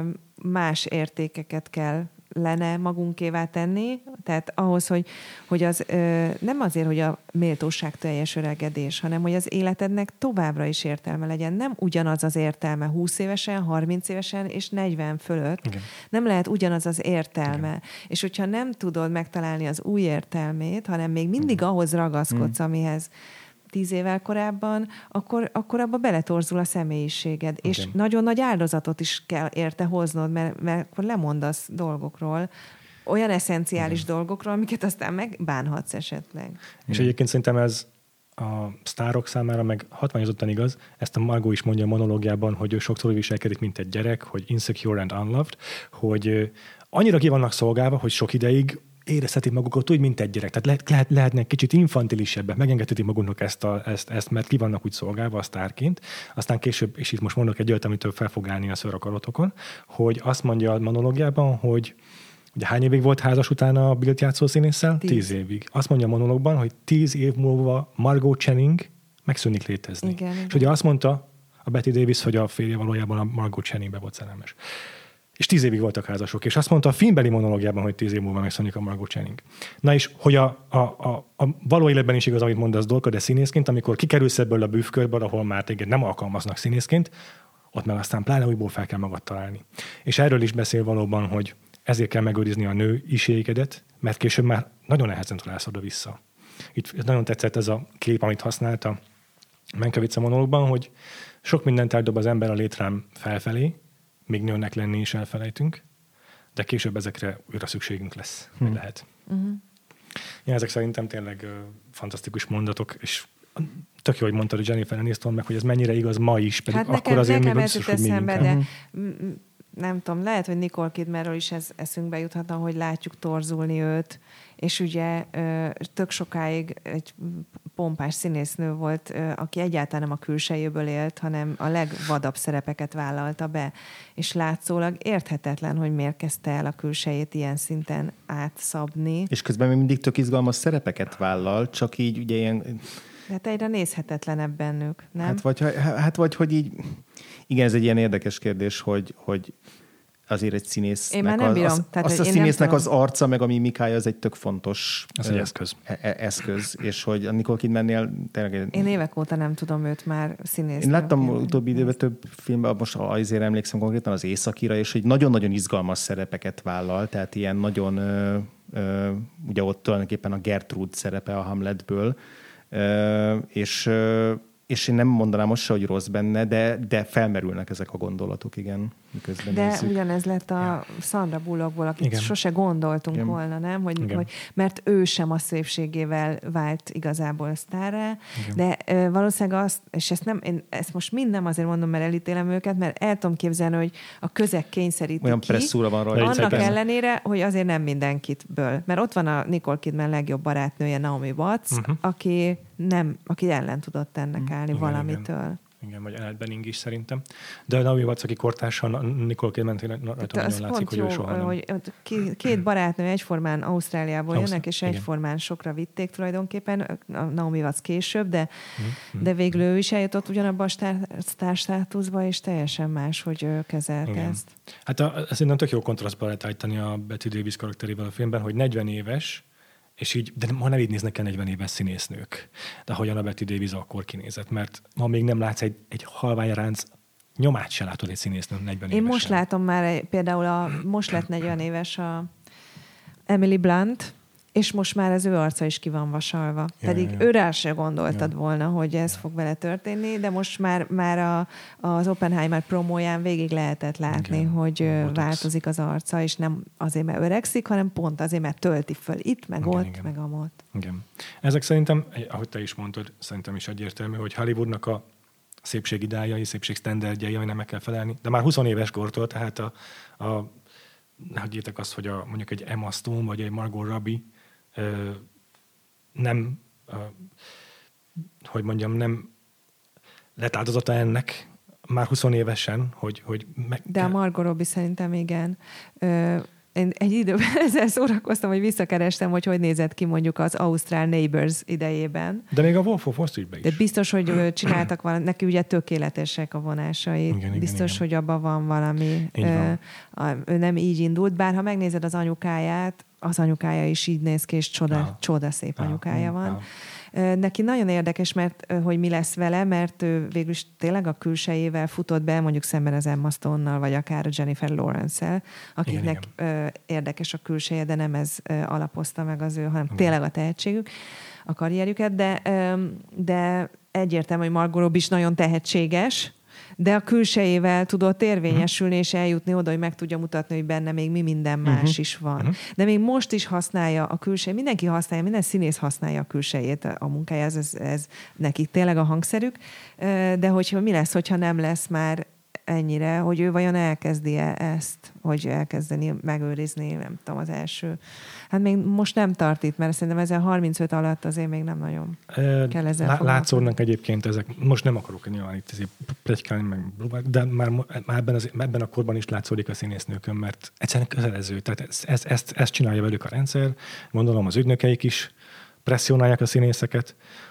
más értékeket kellene magunkévá tenni, tehát ahhoz, hogy az nem azért, hogy a méltóság teljes öregedés, hanem hogy az életednek továbbra is értelme legyen. Nem ugyanaz az értelme 20 évesen, 30 évesen és 40 fölött. Igen. Nem lehet ugyanaz az értelme. Igen. És hogyha nem tudod megtalálni az új értelmét, hanem még mindig ahhoz ragaszkodsz, amihez 10 évvel korábban, akkor abba beletorzul a személyiséged. Okay. És nagyon nagy áldozatot is kell érte hoznod, mert akkor lemondasz dolgokról, olyan eszenciális dolgokról, amiket aztán megbánhatsz esetleg. És egyébként szerintem ez a sztárok számára meg hatványozottan igaz, ezt a Margot is mondja a monológiában, hogy ő sokszor viselkedik, mint egy gyerek, hogy insecure and unloved, hogy annyira ki vannak szolgálva, hogy sok ideig érezhetik magukat úgy, mint egy gyerek. Tehát lehetnek kicsit infantilisebbek, megengedhetik magunknak ezt, mert ki vannak úgy szolgálva a sztárként. Aztán később, és itt most mondok egy olyat, amitől fel fog állni a szőr a karotokon, hogy azt mondja a monológiában, hogy ugye hány évig volt házas utána a Billt játszó színésszel? 10 évig. Azt mondja a monológban, hogy 10 év múlva Margot Channing megszűnik létezni. Igen, és ugye azt mondta a Bette Davis, hogy a férje valójában a Margot Channingbe volt szerelmes. És 10 évig voltak házasok. És azt mondta a filmbeli monológiában, hogy 10 év múlva megszűnik a Margot Channing. Na és hogy a való életben is igaz, amit mondasz dolga, de színészként, amikor kikerülsz ebből a bűvkörből, ahol már téged nem alkalmaznak színészként, ott meg aztán pláne újból fel kell magad találni. És erről is beszél valóban, hogy ezért kell megőrizni a nőiségedet, mert később már nagyon nehezen találsz oda vissza. Itt nagyon tetszett ez a kép, amit használta Mankiewicz a monológban, hogy sok mindent eldob az ember a létrám felfelé, még nőnek lenni is elfelejtünk, de később ezekre újra szükségünk lesz, hogy lehet. Ja, ezek szerintem tényleg fantasztikus mondatok, és tök jó, hogy mondtad, hogy Jennifer Aniston, meg hogy ez mennyire igaz ma is, pedig hát akkor azért még biztos, hogy még inkább. De nem tudom, lehet, hogy Nicole Kidmanról is ez eszünkbe juthatna, hogy látjuk torzulni őt, és ugye tök sokáig egy pompás színésznő volt, aki egyáltalán nem a külsejéből élt, hanem a legvadabb szerepeket vállalta be, és látszólag érthetetlen, hogy miért kezdte el a külsejét ilyen szinten átszabni. És közben még mindig tök izgalmas szerepeket vállal, csak így ugye ilyen... Hát egyre nézhetetlenebb bennük, nem? Hát vagy hogy így... Igen, ez egy ilyen érdekes kérdés, hogy azért egy színésznek... Én már nem bírom. Azt a színésznek az arca, meg a mimikája, az egy tök fontos... Az egy eszköz. Eszköz, és hogy a Nicole Kidmannél tényleg... Én évek óta nem tudom őt már színésznek. Én láttam utóbbi időben több filmben, most azért emlékszem konkrétan az Északira, és hogy nagyon-nagyon izgalmas szerepeket vállal, tehát ilyen nagyon... ugye ott tulajdonképpen a Gertrude szerepe a Hamletből, és és én nem mondanám most se, hogy rossz benne, de felmerülnek ezek a gondolatok, igen, miközben de nézzük. ugyanez lett a Sandra Bullockból, akit Igen. sose gondoltunk Igen. volna, nem? Hogy, mert ő sem a szépségével vált igazából sztárrá, de valószínűleg azt, és ezt most mind nem azért mondom, mert elítélem őket, mert el tudom képzelni, hogy a közeg kényszeríti Olyan ki, presszúra van rajta. annak ellenére, hogy azért nem mindenkitből. Mert ott van a Nicole Kidman legjobb barátnője, Naomi Watts, aki ellen tudott ennek állni valamitől. Igen, vagy Annette Bening is szerintem. De Naomi Watts, aki kortársan, Nicole Kidman rajta nagyon látszik, hogy ő soha nem. Hogy két barátnő egyformán Ausztráliából jönnek, és egyformán sokra vitték tulajdonképpen, a Naomi Watts később, de végül ő is eljutott ugyanabba a sztárstátuszba, és teljesen más, hogy kezelte ezt. Hát szerintem tök jó kontrasztba lehet állítani a Bette Davis karakterével a filmben, hogy 40 éves, és így, de ma nem így néznek el 40 éves színésznők, de ahogyan a Bette Davis akkor kinézett, mert ma még nem látsz egy halványránc nyomát se látod egy színésznő 40 évesen. Én most látom már például most lett 40 éves a Emily Blunt, és most már az ő arca is ki van vasalva. Pedig őre se gondoltad volna, hogy ez fog vele történni, de most már az Oppenheimer promóján végig lehetett látni, hogy változik az arca, és nem azért, mert öregszik, hanem pont azért, mert tölti föl itt, meg ott, meg amott. Igen. Ezek szerintem, ahogy te is mondtad, szerintem is egyértelmű, hogy Hollywoodnak a szépségideájai, szépségsztenderdjei, ami nem meg kell felelni, de már 20 éves kortól, tehát ne hagyjétek azt, hogy mondjuk egy Emma Stone vagy egy Margot Robbie nem, hogy mondjam, nem lett áldozata ennek már 20 évesen, hogy de a Margot Robbie szerintem igen. Én egy időben ezzel szórakoztam, hogy visszakerestem, hogy nézett ki mondjuk az Ausztrál Neighbours idejében. De még a Wolf of Wall Streetben is. De biztos, hogy csináltak valami, neki ugye tökéletesek a vonásai. Biztos, hogy abban van valami. Ő nem így indult, bár ha megnézed az anyukáját, az anyukája is így néz ki, és csoda szép anyukája van. Neki nagyon érdekes, mert hogy mi lesz vele, mert ő végül is tényleg a külsejével futott be, mondjuk szemben az Emma Stone-nal, vagy akár a Jennifer Lawrence-el, akiknek érdekes a külseje, de nem ez alapozta meg az ő, hanem tényleg a tehetségük, a karrierjüket, de egyértelmű, hogy Margot Robbie is nagyon tehetséges, de a külsejével tudott érvényesülni, és eljutni oda, hogy meg tudja mutatni, hogy benne még mi minden más is van. De még most is használja a külsejét, mindenki használja, minden színész használja a külsejét a munkájához, ez nekik tényleg a hangszerük, de hogyha mi lesz, hogyha nem lesz már ennyire, hogy ő vajon elkezdi-e ezt, hogy elkezdeni megőrizni, nem tudom, az első. Hát még most nem tart itt, mert szerintem ezzel 35 alatt azért még nem nagyon kell ezzel látszódnak egyébként ezek, most nem akarok nyilván itt pletykálni, de már ebben a korban is látszódik a színésznőkön, mert egyszerűen közelező. Tehát ezt csinálja velük a rendszer, gondolom az ügynökeik is presszionálják a színészeket,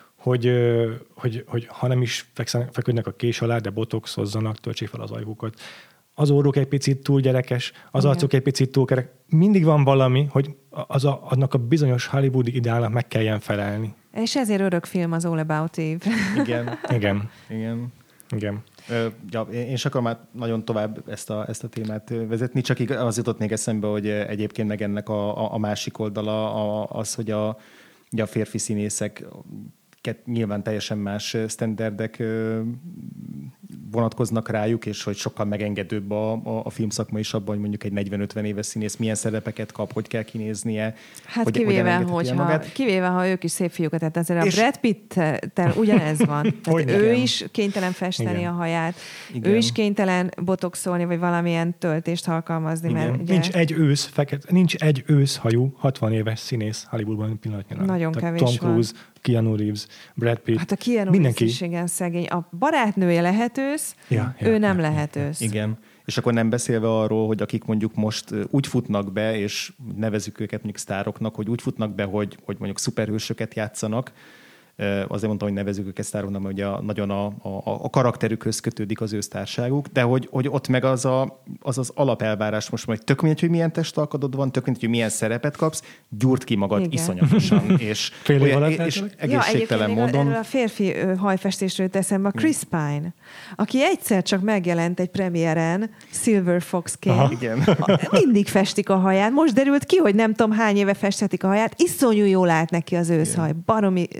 hogy ha nem is feküdnek a kés alá, de botoxozzanak, töltsék fel az ajkukat. Az orruk egy picit túl gyerekes, az arcuk egy picit túl kerek. Mindig van valami, hogy annak a bizonyos hollywoodi ideálnak meg kelljen felelni. És ezért örök film az All About Eve. Igen. Én sem akarom már nagyon tovább ezt a témát vezetni, csak az jutott még eszembe, hogy egyébként meg ennek a másik oldala az, hogy a férfi színészek nyilván teljesen más sztenderdek vonatkoznak rájuk, és hogy sokkal megengedőbb a filmszakma is abban, hogy mondjuk egy 40-50 éves színész milyen szerepeket kap, hogy kell kinéznie. Hát kivéve, ha ők is szép fiúkat, tehát azért a Brad Pitt-tel ugyanez van. Ő is kénytelen festeni a haját, ő is kénytelen botoxolni, vagy valamilyen töltést alkalmazni. Mert ugye... nincs egy őszhajú 60 éves színész Hollywoodban pillanatnyilag. Nagyon kevés Tom Cruise, Keanu Reeves, Brad Pitt. Hát a Keanu Reeves is igen szegény. A barátnője lehet ősz, ő nem lehet ősz. Igen. És akkor nem beszélve arról, hogy akik mondjuk most úgy futnak be, és nevezzük őket mondjuk sztároknak, hogy úgy futnak be, hogy mondjuk szuperhősöket játszanak, azért mondtam, hogy nevezzük őket sztároknak, mert ugye nagyon a karakterükhöz kötődik az ő sztárságuk, de hogy ott meg az alapelvárás most majd tök mindegy, hogy milyen testalkatod van, tök mindegy, hogy milyen szerepet kapsz, gyúrd ki magad iszonyatosan, és egészségtelen módon. Erről a férfi hajfestésről teszem a Chris Pine, aki egyszer csak megjelent egy premiéren Silver Foxként. Mindig festik a haját. Most derült ki, hogy nem tudom hány éve festhetik a haját. Iszonyú jól állt neki az őszhaj. Baromi szexi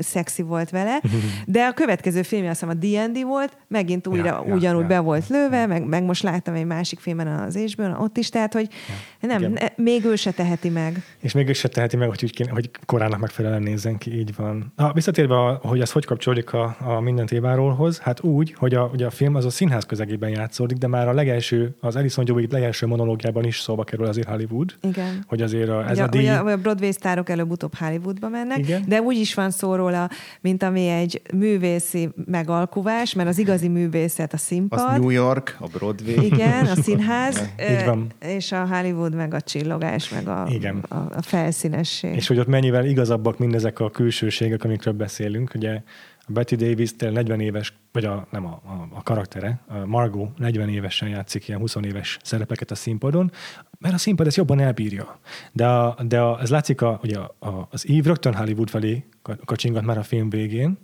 volt vele, de a következő filmje azt hiszem a D&D volt, megint ugyanúgy be volt lőve, meg most láttam egy másik filmen az HBO-n, ott is, tehát, hogy még ő se teheti meg. És még ő se teheti meg, hogy korának megfelelően nézzen ki, így van. Visszatérve, hogy ez hogy kapcsolódik a Mindent Éváróhoz, hát úgy, hogy a film az a színház közegében játszódik, de már a legelső, az Alison Jewett legelső monológiában is szóba kerül azért Hollywood. Igen. Hogy azért a Broadway sztárok előbb-utóbb Hollywoodba mennek, igen. De úgy is van szó róla, mint ami egy művészi megalkuvás, mert az igazi művészet a színpad. Az New York, a Broadway. Igen, a színház, így van. És a Hollywood meg a csillogás, meg a felszínesség. És hogy ott mennyivel igazabbak mindezek a külsőségek, amikről beszélünk. Ugye a Betty Davis 40 éves, vagy a karaktere, a Margot 40 évesen játszik ilyen 20 éves szerepeket a színpadon, mert a színpad ezt jobban elbírja. De ez látszik, ugye az Eve rögtön Hollywood felé kacsingat már a film végén,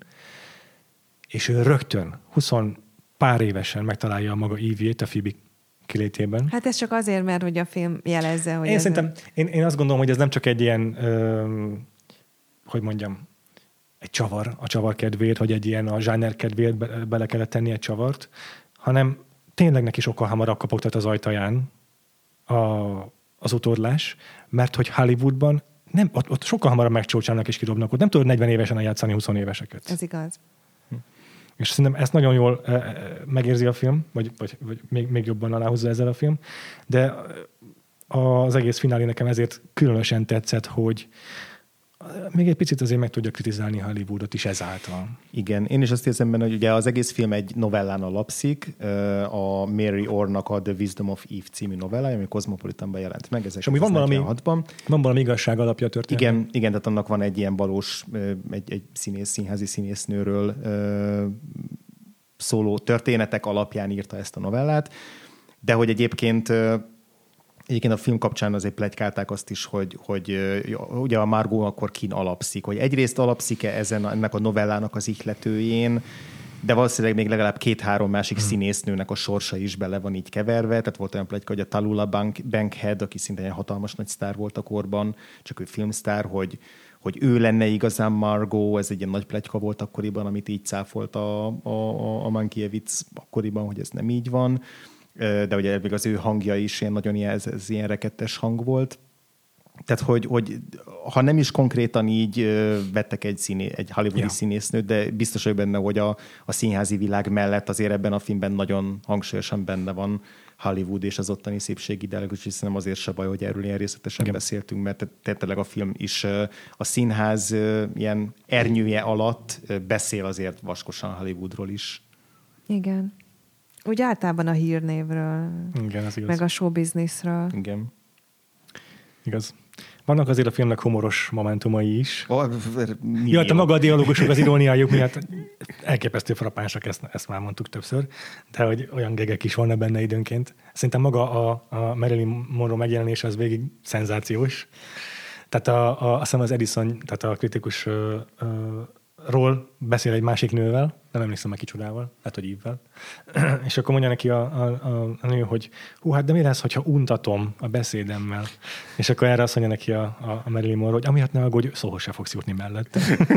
és ő rögtön 20 pár évesen megtalálja a maga Eve-jét a Phoebe kilétében. Hát ez csak azért, mert hogy a film jelezze, hogy én azt gondolom, hogy ez nem csak egy ilyen, hogy mondjam, egy csavar, a csavar kedvéért, vagy egy ilyen a zsáner kedvéért bele kellett tenni egy csavart, hanem tényleg neki sokkal hamarabb kapogtat az ajtaján az utódlás, mert hogy Hollywoodban ott sokkal hamarabb megcsócsálnak és kidobnak, ott nem tudod 40 évesen eljátszani 20 éveseket. Ez igaz. És szerintem ezt nagyon jól megérzi a film, vagy még jobban aláhúzza ezzel a film, de az egész finálé nekem ezért különösen tetszett, hogy még egy picit azért meg tudja kritizálni Hollywoodot is ezáltal. Igen, én is azt érzem benne, hogy ugye az egész film egy novellán alapszik, a Mary Orrnak a The Wisdom of Eve című novellája, ami Cosmopolitanban jelent meg. És ami van valami igazság alapja történet. Igen, tehát annak van egy ilyen valós, egy színházi színésznőről szóló történetek alapján írta ezt a novellát, de hogy egyébként a film kapcsán azért pletykálták azt is, hogy ugye a Margot akkor kin alapszik, hogy egyrészt alapszik-e ennek a novellának az ihletőjén, de valószínűleg még legalább 2-3 másik színésznőnek a sorsa is bele van így keverve, tehát volt olyan pletyka, hogy a Tallulah Bankhead, aki szintén egy hatalmas nagy sztár volt a korban, csak ő filmsztár, hogy ő lenne igazán Margot, ez egy ilyen nagy pletyka volt akkoriban, amit így cáfolt a Mankiewicz akkoriban, hogy ez nem így van. De ugye még az ő hangja is ilyen nagyon ez ilyen rekettes hang volt. Tehát, hogy ha nem is konkrétan így vettek egy hollywoodi színésznőt, de biztos vagyok benne, hogy a színházi világ mellett azért ebben a filmben nagyon hangsúlyosan benne van Hollywood és az ottani szépségideálok, úgyhogy szerintem azért se baj, hogy erről ilyen részletesen beszéltünk, mert tényleg a film is a színház ilyen ernyője alatt beszél azért vaskosan Hollywoodról is. Igen. Úgy általában a hírnévről, igen, az igaz. Meg a showbizniszről. Igen. Igaz. Vannak azért a filmnek humoros momentumai is. Hát a maga a dialógusok, az iróniájuk miatt elképesztő frappánsak, ezt már mondtuk többször, de hogy olyan gegek is vannak benne időnként. Szerintem maga a Marilyn Monroe megjelenése az végig szenzációs. Tehát azt hiszem az Edison, tehát a kritikus ról beszél egy másik nővel, nem emlékszem meg kicsodával, lehet, hogy Eve-vel. És akkor mondja neki a nő, hogy hát de mi lesz, hogyha untatom a beszédemmel? És akkor erre azt mondja neki a Marilyn Monroe, hogy amiatt ne aggódj, szóhoz se fogsz jutni mellett.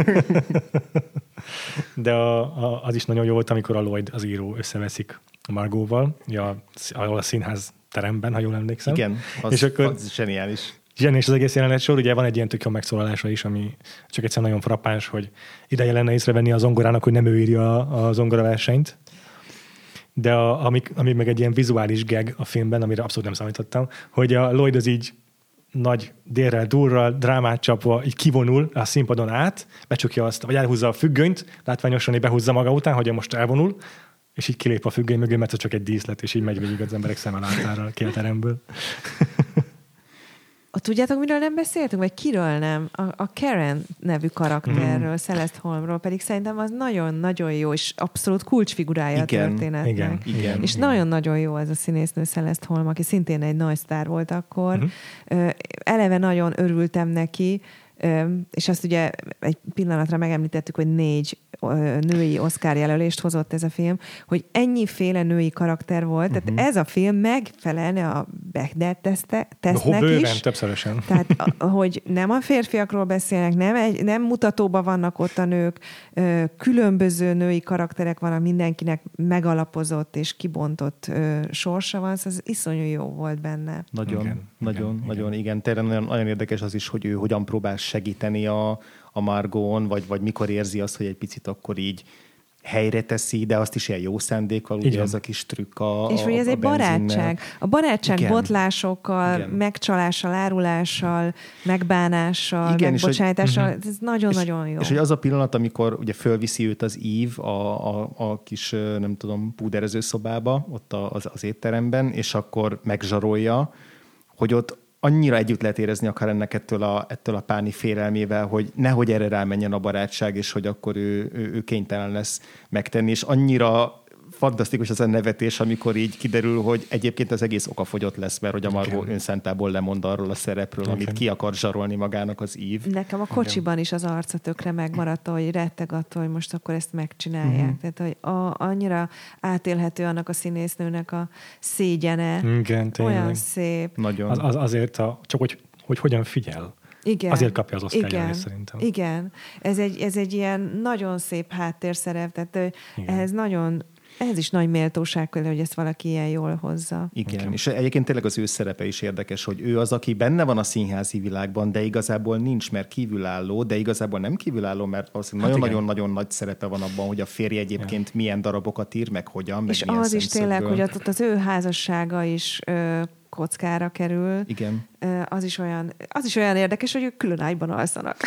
De az is nagyon jó volt, amikor a Lloyd, az író összeveszik a Margóval, a színház teremben, ha jól emlékszem. Igen, az zseniális. És az egész jelenet sor, ugye van egy ilyen tök jó megszólalása is, ami csak egyszer nagyon frappáns, hogy ideje lenne észrevenni a zongorának, hogy nem ő írja a zongoraversenyt. De ami meg egy ilyen vizuális gag a filmben, amire abszolút nem számítottam, hogy a Lloyd az így nagy délrel, durral, drámát csapva így kivonul a színpadon át, becsukja azt, vagy elhúzza a függönyt, látványosan így behúzza maga után, hogy most elvonul, és így kilép a függöny mögé, mert ez csak egy díszlet, és így megy végig az emberek szemelátára ki a teremből. Tudjátok, miről nem beszéltünk? Vagy kiről nem? A Karen nevű karakterről, Celeste Holmról, pedig szerintem az nagyon-nagyon jó, és abszolút kulcsfigurája a történetnek. Igen. És nagyon-nagyon jó az a színésznő Celeste Holm, aki szintén egy nagy sztár volt akkor. Eleve nagyon örültem neki, És azt ugye egy pillanatra megemlítettük, hogy 4 női Oscar jelölést hozott ez a film, hogy ennyiféle női karakter volt, tehát ez a film megfelelne a Bechdel tesztnek is. Többszörösen. Tehát, hogy nem a férfiakról beszélnek, nem mutatóban vannak ott a nők, különböző női karakterek vannak, mindenkinek megalapozott és kibontott sorsa van, szóval az iszonyú jó volt benne. Nagyon, igen. Tényleg nagyon érdekes az is, hogy ő hogyan próbál segíteni a Margon, vagy mikor érzi azt, hogy egy picit akkor így helyre teszi, de azt is ilyen jó szándékkal, ugye ez a kis trükk és hogy ez egy barátság. A barátság igen. botlásokkal, igen. megcsalással, árulással, megbánással, igen, megbocsájtással, ez nagyon-nagyon jó. És hogy az a pillanat, amikor ugye fölviszi őt az Eve a kis, nem tudom, púderező szobába, ott az étteremben, és akkor megzsarolja, hogy ott annyira együtt lehet érezni akár ennek ettől a páni félelmével, hogy nehogy erre rámenjen a barátság, és hogy akkor ő kénytelen lesz megtenni, és annyira fantasztikus az a nevetés, amikor így kiderül, hogy egyébként az egész okafogyott lesz, mert hogy a Margot önszántából lemond arról a szerepről, amit ki akar zsarolni magának az Eve. Nekem a kocsiban is az arca tökre megmaradt, hogy retteg attól, hogy most akkor ezt megcsinálják. Tehát, hogy annyira átélhető annak a színésznőnek a szégyene. Igen, olyan szép. Nagyon. Azért csak hogy hogyan figyel. Igen. Azért kapja az Oscar-ját szerintem. Igen. Ez egy ilyen nagyon szép háttérszerep, tehát ehhez is nagy méltóság, hogy ezt valaki ilyen jól hozza. Igen, és egyébként tényleg az ő szerepe is érdekes, hogy ő az, aki benne van a színházi világban, de igazából nincs, mert kívülálló, de igazából nem kívülálló, mert nagyon-nagyon nagy szerepe van abban, hogy a férje egyébként milyen darabokat ír, meg hogyan, meg és az is tényleg, hogy ott az ő házassága is kockára kerül. Igen. Az is olyan érdekes, hogy ők külön ágyban alszanak.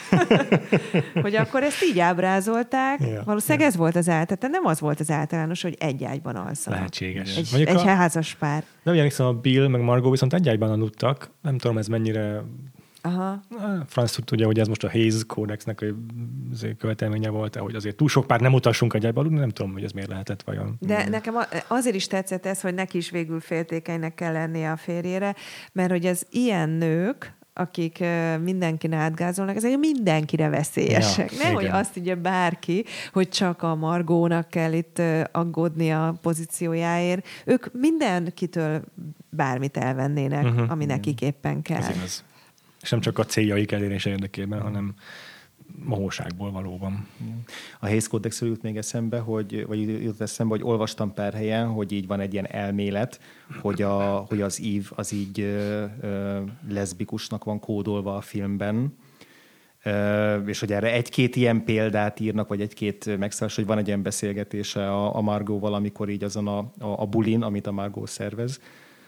Hogy akkor ezt így ábrázolták. Valószínűleg ez volt az általán, nem az volt az általános, hogy egy ágyban alszanak. Lehetséges. Egy házas pár. Nem emlékszem, a Bill meg Margot viszont egy ágyban aludtak. Nem tudom, ez mennyire... Aha. Franz tudja, hogy ez most a Hayes kódexnek a követelménye volt, hogy azért túl sok pár nem utassunk egy ágyban aludni, nem tudom, hogy ez miért lehetett vajon. De nekem azért is tetszett ez, hogy neki is végül féltékenynek kell lennie a férjére, mert hogy az ilyen nők, akik mindenkin átgázolnak, ezek mindenkire veszélyesek. Nehogy azt ugye bárki, hogy csak a Margónak kell itt aggódni a pozíciójáért. Ők mindenkitől bármit elvennének, ami nekik éppen kell. Ez. És nem csak a céljaik elérése érdekében, hanem mohóságból valóban. A Hayes Códexről jut még eszembe, hogy olvastam pár helyen, hogy így van egy ilyen elmélet, hogy az Eve az így leszbikusnak van kódolva a filmben, és hogy erre egy-két ilyen példát írnak, vagy egy-két megszállás, hogy van egy ilyen beszélgetése a Margóval, amikor így azon a bulin, amit a Margot szervez,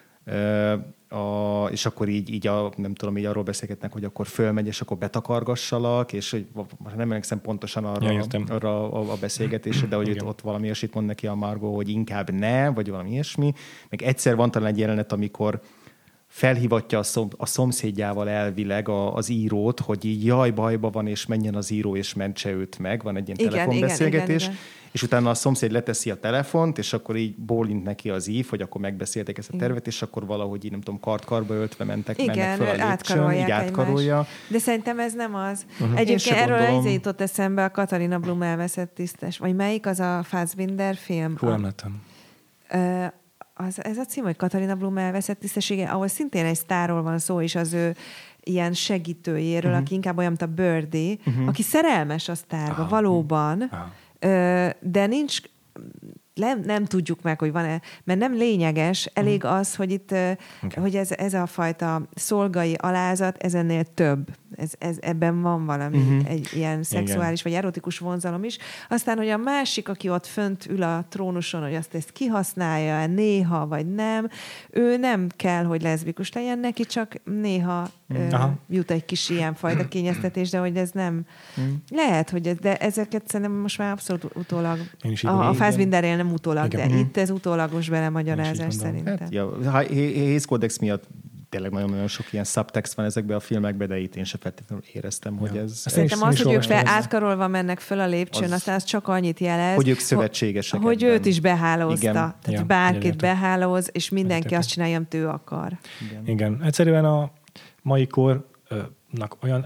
és akkor így nem tudom, így arról beszélgetnek, hogy akkor fölmegy, és akkor betakargassalak, és hogy nem emlékszem pontosan arra a beszélgetésre, de hogy ott valami ilyesmit mond neki a Margot, hogy inkább ne, vagy valami ilyesmi. Meg egyszer van talán egy jelenet, amikor felhívatja a szomszédjával elvileg az írót, hogy így jaj, bajba van, és menjen az író, és mentse őt meg. Van egy ilyen telefonbeszélgetés. Igen. És utána a szomszéd leteszi a telefont, és akkor így bólint neki az Eve, hogy akkor megbeszéltek ezt a tervet, és akkor valahogy így nem tudom, kartba öltve mennek föl a lépcsőn, így átkarolja. De szerintem ez nem az. Egyébként erről jutott eszembe a Katarina Blum elveszett tisztes. Vagy melyik az a Fassbinder film? Hol nem lettem? Ez a cím, hogy Katarina Blum elveszett tisztessége, ahol szintén egy sztárról van szó, és az ő ilyen segítőjéről, aki inkább olyan, mint a Birdie, aki szerelmes a sztárba, valóban, de nincs, nem tudjuk meg, hogy van-e, mert nem lényeges, elég az, hogy itt, hogy ez a fajta szolgai alázat, ez ennél több. Ebben van valami, egy ilyen szexuális vagy erotikus vonzalom is. Aztán, hogy a másik, aki ott fönt ül a trónuson, hogy ezt kihasználja néha, vagy nem, ő nem kell, hogy leszbikus legyen, neki csak néha jut egy kis ilyen fajta kényeztetés, de hogy ez nem... Lehet, hogy de ezeket szerintem most már abszolút utólag... A Fassbindernél nem utólag, de itt ez utólagos belemagyarázás szerintem. Hát, Hayes Codex miatt tényleg nagyon-nagyon sok ilyen subtext van ezekben a filmekben, de itt én sem feltétlenül éreztem, hogy ez... Szerintem az, hogy ők átkarolva mennek föl a lépcsőn, aztán az csak annyit jelez, hogy ők szövetségesek. Hogy őt is behálózta. Igen. Tehát bárkit behálóz, és mindenki azt csinálja, amit ő akar. Igen. Egyszerűen a mai kornak olyan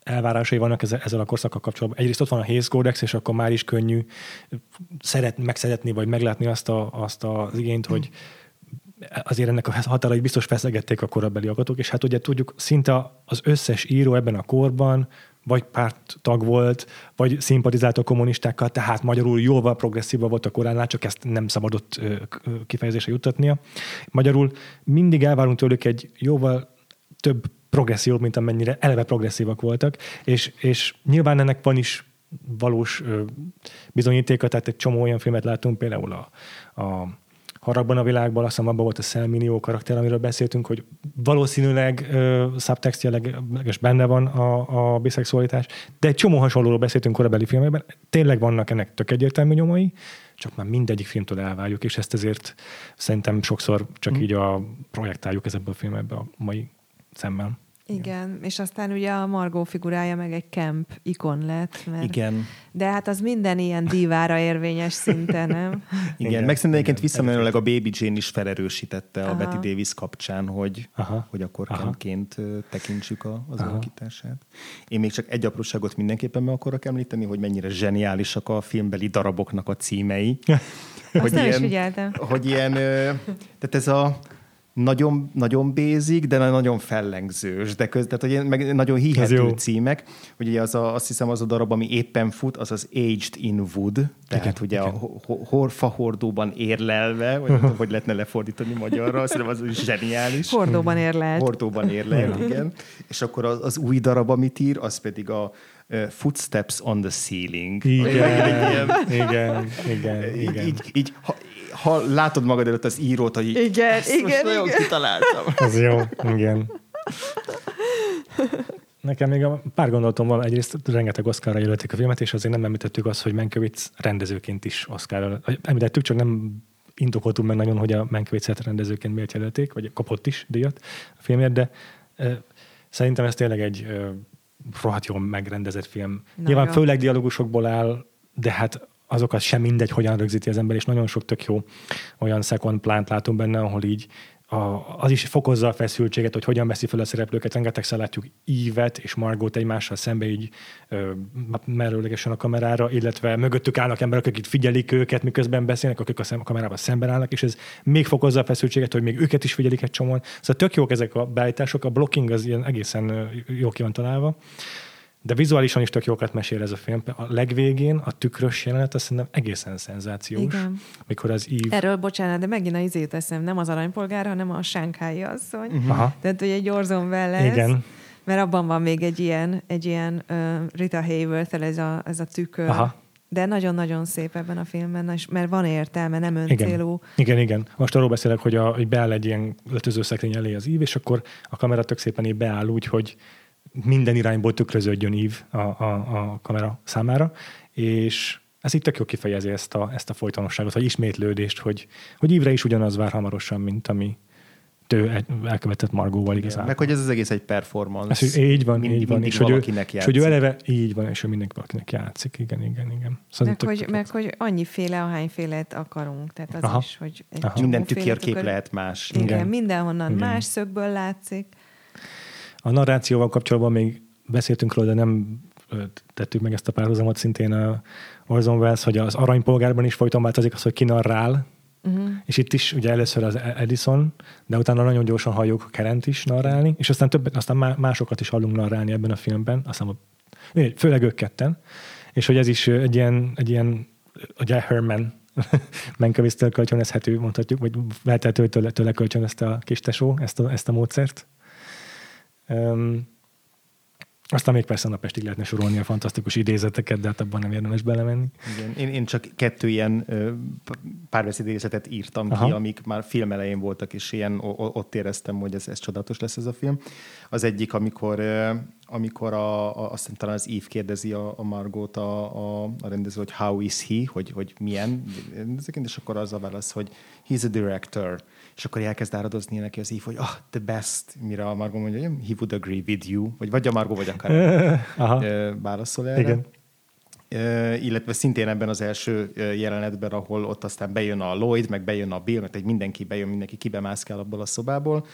elvárásai vannak ezzel a korszakkal kapcsolatban. Egyrészt ott van a Hays Codex, és akkor már is könnyű megszeretni, vagy meglátni azt az igényt, hogy azért ennek a határait biztos feszegették a korabeli alkotók, és hát ugye tudjuk, szinte az összes író ebben a korban vagy párttag volt, vagy szimpatizált a kommunistákkal, tehát magyarul jóval progresszívabb volt a koránál, csak ezt nem szabadott kifejezésre juttatnia. Magyarul mindig elvárunk tőlük egy jóval több progressziót, mint amennyire eleve progresszívak voltak, és nyilván ennek van is valós bizonyítéka, tehát egy csomó olyan filmet látunk, például a Haragban a világban, azt hiszem abban volt a Szelminió karakter, amiről beszéltünk, hogy valószínűleg szubtextjeleg benne van a biszexualitás, de egy csomó hasonlóról beszéltünk korabeli filmekben. Tényleg vannak ennek tök egyértelmű nyomai, csak már mindegyik filmtől elvárjuk, és ezt ezért szerintem sokszor csak így projektáljuk ebből a filmekbe a mai szemmel. Igen, és aztán ugye a Margot figurája meg egy camp ikon lett. Igen. De hát az minden ilyen divára érvényes szinten, nem? Igen, meg szerintem egyébként visszamenőleg a Baby Jane is felerősítette a Betty Davis kapcsán, hogy akkor campként tekintsük az alakítását. Én még csak egy apróságot mindenképpen meg akarok említeni, hogy mennyire zseniálisak a filmbeli daraboknak a címei. Azt nem is figyeltem. Hogy ilyen, tehát ez a nagyon, nagyon basic, de nagyon fellengzős, de tehát, hogy meg nagyon hihető címek. Ugye azt hiszem az a darab, ami éppen fut, az az Aged in Wood, tehát ugye a fahordóban érlelve, vagy hogy lehetne lefordítani magyarra, szerintem az is zseniális. Hordóban érlelt. Hordóban érlelt, igen. És akkor az új darab, amit ír, az pedig a Footsteps on the Ceiling. Igen. Így ha látod magad előtt az írót, hogy igen, nagyon kitaláltam. Ez jó, igen. Nekem még pár gondolatom van, egyrészt rengeteg Oscarra jelölték a filmet, és azért nem említettük azt, hogy Mankiewicz rendezőként is Oscarra. Említettük, csak nem indokoltunk meg nagyon, hogy a Mankiewicz-et rendezőként miért jelölték, vagy kapott is díjat a filmért, de szerintem ez tényleg egy rohadt jól megrendezett film. Nyilván főleg dialógusokból áll, de hát azokat sem mindegy, hogyan rögzíti az ember, és nagyon sok tök jó olyan second plant látunk benne, ahol így az is fokozza a feszültséget, hogy hogyan veszi fel a szereplőket. Rengetegszer látjuk Eve-et és Margot egymással szembe így merőlegesen a kamerára, illetve mögöttük állnak emberek, akik figyelik őket, miközben beszélnek, akik a kamerával szemben állnak, és ez még fokozza a feszültséget, hogy még őket is figyelik egy csomóan. Szóval tök jók ezek a beállítások, a blocking az ilyen egészen jó ki van találva. De vizuálisan is tök jókat mesél ez a film. A legvégén a tükrös jelenet azt szerintem egészen szenzációs. Igen. Mikor az Eve... Erről bocsánat, de megint a izét eszem, nem az aranypolgár, hanem a Sánghái asszony. Tehát, hogy egy Orson Welles. Igen. Mert abban van még egy ilyen Rita Hayworth-tel ez a tükör. Aha. De nagyon-nagyon szép ebben a filmben, mert van értelme, nem öncélú. Igen. Most arról beszélek, hogy beáll egy ilyen öltözőszekrény elé az Eve, és akkor a kamera tök szépen így beáll úgy, hogy minden irányból tükröződjön Eve a kamera számára, és ez itt tök jó kifejezi ezt a folytonosságot, vagy ismétlődést, hogy Eve-re is ugyanaz vár hamarosan, mint ami elkövetett Margóval igazából. Meg hogy ez az egész egy performance. Ez, így van. És hogy ő eleve így van, és ő mindenki valakinek játszik. Igen. Szóval meg hogy annyiféle, ahányfélét akarunk. Tehát az is, hogy minden tükörkép lehet más. Igen, mindenhonnan más szögből látszik. A narrációval kapcsolatban még beszéltünk róla, de nem tettük meg ezt a párhuzamot, szintén a Orson Welles, hogy az Aranypolgárban is folyton változik az, hogy ki narrál, és itt is ugye először az Edison, de utána nagyon gyorsan halljuk Kerent is narrálni, és aztán másokat is hallunk narrálni ebben a filmben, aztán főleg ők ketten, és hogy ez is egy ilyen ugye Herman Mankiewicz-től kölcsönözhető, mondhatjuk, vagy lehethető tőle kölcsönözte a kis tesó ezt a módszert. Aztán még persze napestig lehetne sorolni a fantasztikus idézeteket, de hát abban nem érdemes belemenni. Igen, én csak 2 ilyen párbeszéd idézetet írtam ki, amik már film elején voltak, és ilyen ott éreztem, hogy ez csodálatos lesz ez a film. Az egyik, amikor aztán talán az Eve kérdezi a Margot a rendező, hogy how is he, hogy milyen, és akkor az a válasz, hogy he's a director. És akkor elkezd áradozni neki az Eve, hogy the best, mire a Margot mondja, hogy he would agree with you, vagy a Margot, vagy akár válaszol erre. Igen. Illetve szintén ebben az első jelenetben, ahol ott aztán bejön a Lloyd, meg bejön a Bill, mert mindenki bejön, mindenki kibemászkál abból a szobából,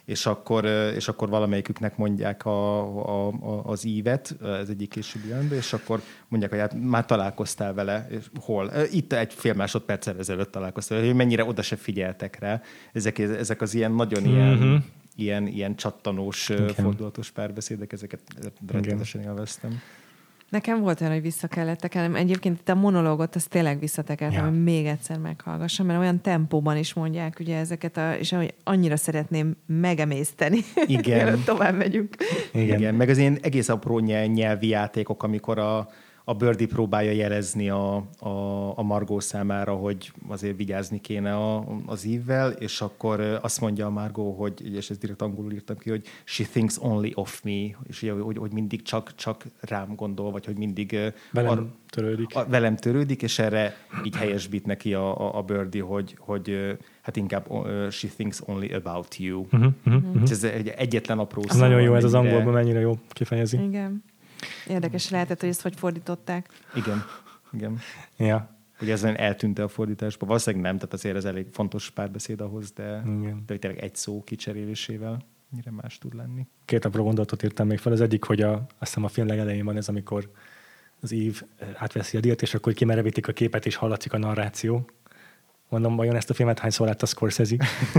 és akkor valamelyiküknek mondják az ívet, az egyik későbbi jelenetben, és akkor mondják, hogy hát már találkoztál vele, és hol? Itt egy fél másodperccel ezelőtt találkoztál vele, hogy mennyire oda se figyeltek rá. Ezek az ilyen nagyon ilyen csattanós, fordulatos párbeszédek, ezeket rettenetesen élveztem. Nekem volt olyan, hogy vissza kellett tekernem. Egyébként itt a monológot, azt tényleg visszatekertem, hogy még egyszer meghallgassam, mert olyan tempóban is mondják ugye ezeket, és annyira szeretném megemészteni. Igen. Tovább megyünk. Igen, meg az ilyen egész apró nyelvi játékok, amikor a Birdie próbálja jelezni a Margot számára, hogy azért vigyázni kéne az Eve-vel, és akkor azt mondja a Margot, hogy, és ezt direkt angolul írtam ki, hogy she thinks only of me, és hogy mindig csak rám gondol, vagy hogy mindig velem törődik, és erre így helyesbít neki a Birdie, hogy hát inkább she thinks only about you. Ez egy egyetlen apró szó. Nagyon jó, ez az angolban mennyire jó kifejezi. Igen. Érdekes lehetett, hogy ezt hogy fordították. Igen. Ja. Ugye ez eltűnt a fordításban. Valószínűleg nem, tehát azért ez elég fontos párbeszéd ahhoz, de tényleg egy szó kicserélésével mire más tud lenni. 2 apró gondolatot írtam még fel. Az egyik, hogy azt hiszem a film legelején van ez, amikor az Eve átveszi a díjat, és akkor kimerevítik a képet, és hallatszik a narráció. Mondom, vajon ezt a filmet hányszor látta Scorsese?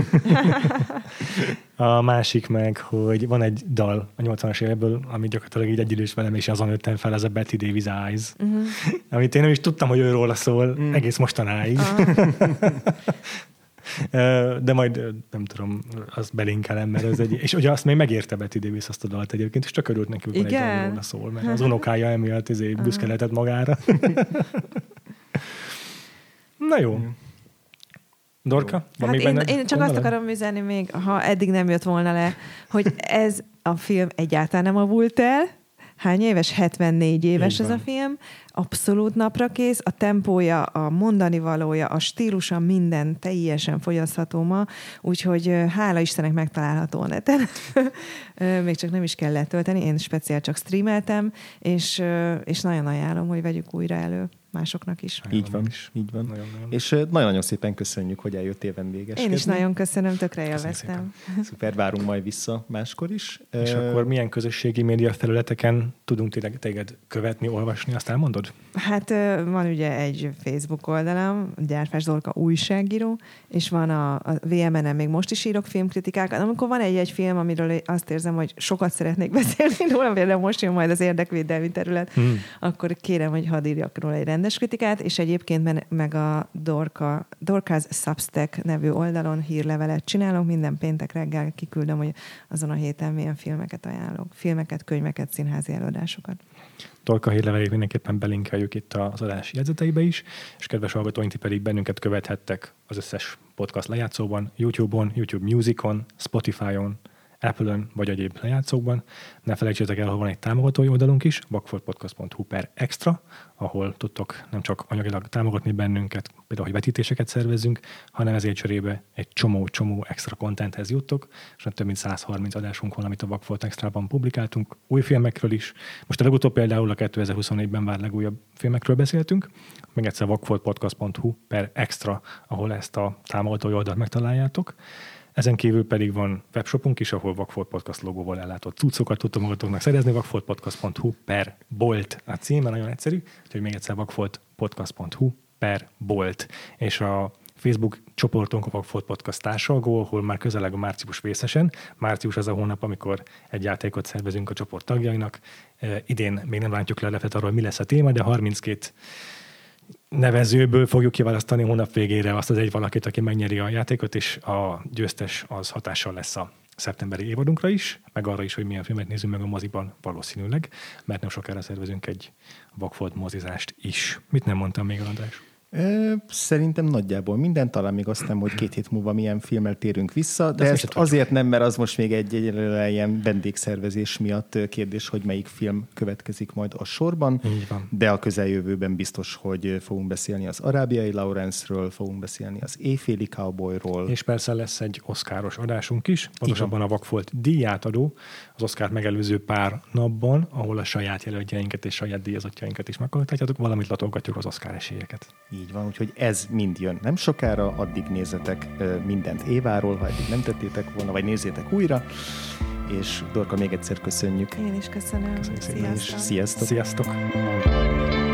A másik meg, hogy van egy dal a 80-as évekből, ami gyakorlatilag így egyidős velem, és azon nőttem fel, ez a Betty Davis Eyes. Amit én nem is tudtam, hogy ő róla szól egész mostanáig. De majd nem tudom, azt belinkelem, mert ez egy... És ugye azt még megérte Betty Davis azt a dalt egyébként, és csak örült neki, hogy van egy dal róla szól, mert az unokája emiatt büszke lehetett magára. Na jó. Dorka? Hát én csak azt akarom üzenni még, ha eddig nem jött volna le, hogy ez a film egyáltalán nem avult el. Hány éves? 74 éves ez a film. Abszolút naprakész. A tempója, a mondani valója, a stílusa, minden teljesen fogyasztható ma. Úgyhogy hála Istennek megtalálható a neten. Még csak nem is kell letölteni. Én speciál csak streameltem, és nagyon ajánlom, hogy vegyük újra elő másoknak is. Így van. Nagyon. És nagyon-nagyon szépen köszönjük, hogy eljöttél vendégeskedni. Én is nagyon köszönöm, tökre élveztem. Szuper, várunk majd vissza máskor is. És akkor milyen közösségi média felületeken tudunk téged követni, olvasni, azt elmondod? Hát van ugye egy Facebook oldalam, Gyárfás Dorka újságíró, és van a VMN-en még most is írok filmkritikákat. Amikor van egy film, amiről azt érzem, hogy sokat szeretnék beszélni róla, például most jön majd az érdekvédelmi terület, akkor kérem, hogy hadd írjak róla egy rendes kritikát, és egyébként meg a Dorka's Substack nevű oldalon hírlevelet csinálok, minden péntek reggel kiküldöm, hogy azon a héten milyen filmeket ajánlok. Filmeket, könyveket, színházi előadásokat. Dorka hírlevelét mindenképpen belinkeljük itt az adás jegyzeteibe is, és kedves hallgatóink, ti pedig bennünket követhettek az összes podcast lejátszóban, YouTube-on, YouTube Musicon, Spotify-on, Apple-ön vagy egyéb lejátszókban. Ne felejtsétek el, hogy van egy támogatói oldalunk is, vakfoltpodcast.hu/extra, ahol tudtok nem csak anyagilag támogatni bennünket, például, hogy vetítéseket szervezzünk, hanem ezért cserébe egy csomó extra contenthez juttok, és több mint 130 adásunk van, amit a Vakfolt Extrában publikáltunk, új filmekről is. Most a legutóbb például a 2024-ben vár legújabb filmekről beszéltünk, meg egyszer vakfoltpodcast.hu/extra, ahol ezt a támogatói oldalt megtaláljátok. Ezen kívül pedig van webshopunk is, ahol Vakfolt Podcast logóval ellátott cuccokat tudtok magatoknak szerezni, vakfoltpodcast.hu/bolt a címe, nagyon egyszerű, úgyhogy még egyszer vakfoltpodcast.hu/bolt. És a Facebook csoportunk a Vakfolt Podcast társalgó, ahol már közeleg a március vészesen. Március az a hónap, amikor egy játékot szervezünk a csoport tagjainak. Idén még nem látjuk le arról, mi lesz a téma, de 32 nevezőből fogjuk kiválasztani hónap végére azt az egy valakit, aki megnyeri a játékot, és a győztes az hatással lesz a szeptemberi évadunkra is, meg arra is, hogy milyen filmet nézünk meg a moziban valószínűleg, mert nem sokára szervezünk egy Vakfolt mozizást is. Mit nem mondtam még, András? Szerintem nagyjából minden, talán még azt nem, hogy 2 hét múlva milyen filmmel térünk vissza, de ezt azért nem, mert az most még egy ilyen vendégszervezés miatt kérdés, hogy melyik film következik majd a sorban. Így van. De a közeljövőben biztos, hogy fogunk beszélni az Arábiai Lawrence-ről, fogunk beszélni az Éjféli Cowboyról. És persze lesz egy oszkáros adásunk is, pontosabban a Vakfolt díjátadó, az Oszkárt megelőző pár napban, ahol a saját jelöltjeinket és saját díjazottjainkat is meghallgathatjátok, valamint latolgatjuk az Oszkár esélyeket. Így van, úgyhogy ez mind jön nem sokára, addig nézzetek mindent Éváról, ha eddig nem tettétek volna, vagy nézzétek újra, és Dorka, még egyszer köszönjük. Én is köszönöm. Köszönjük szépen. Sziasztok. Sziasztok! Sziasztok!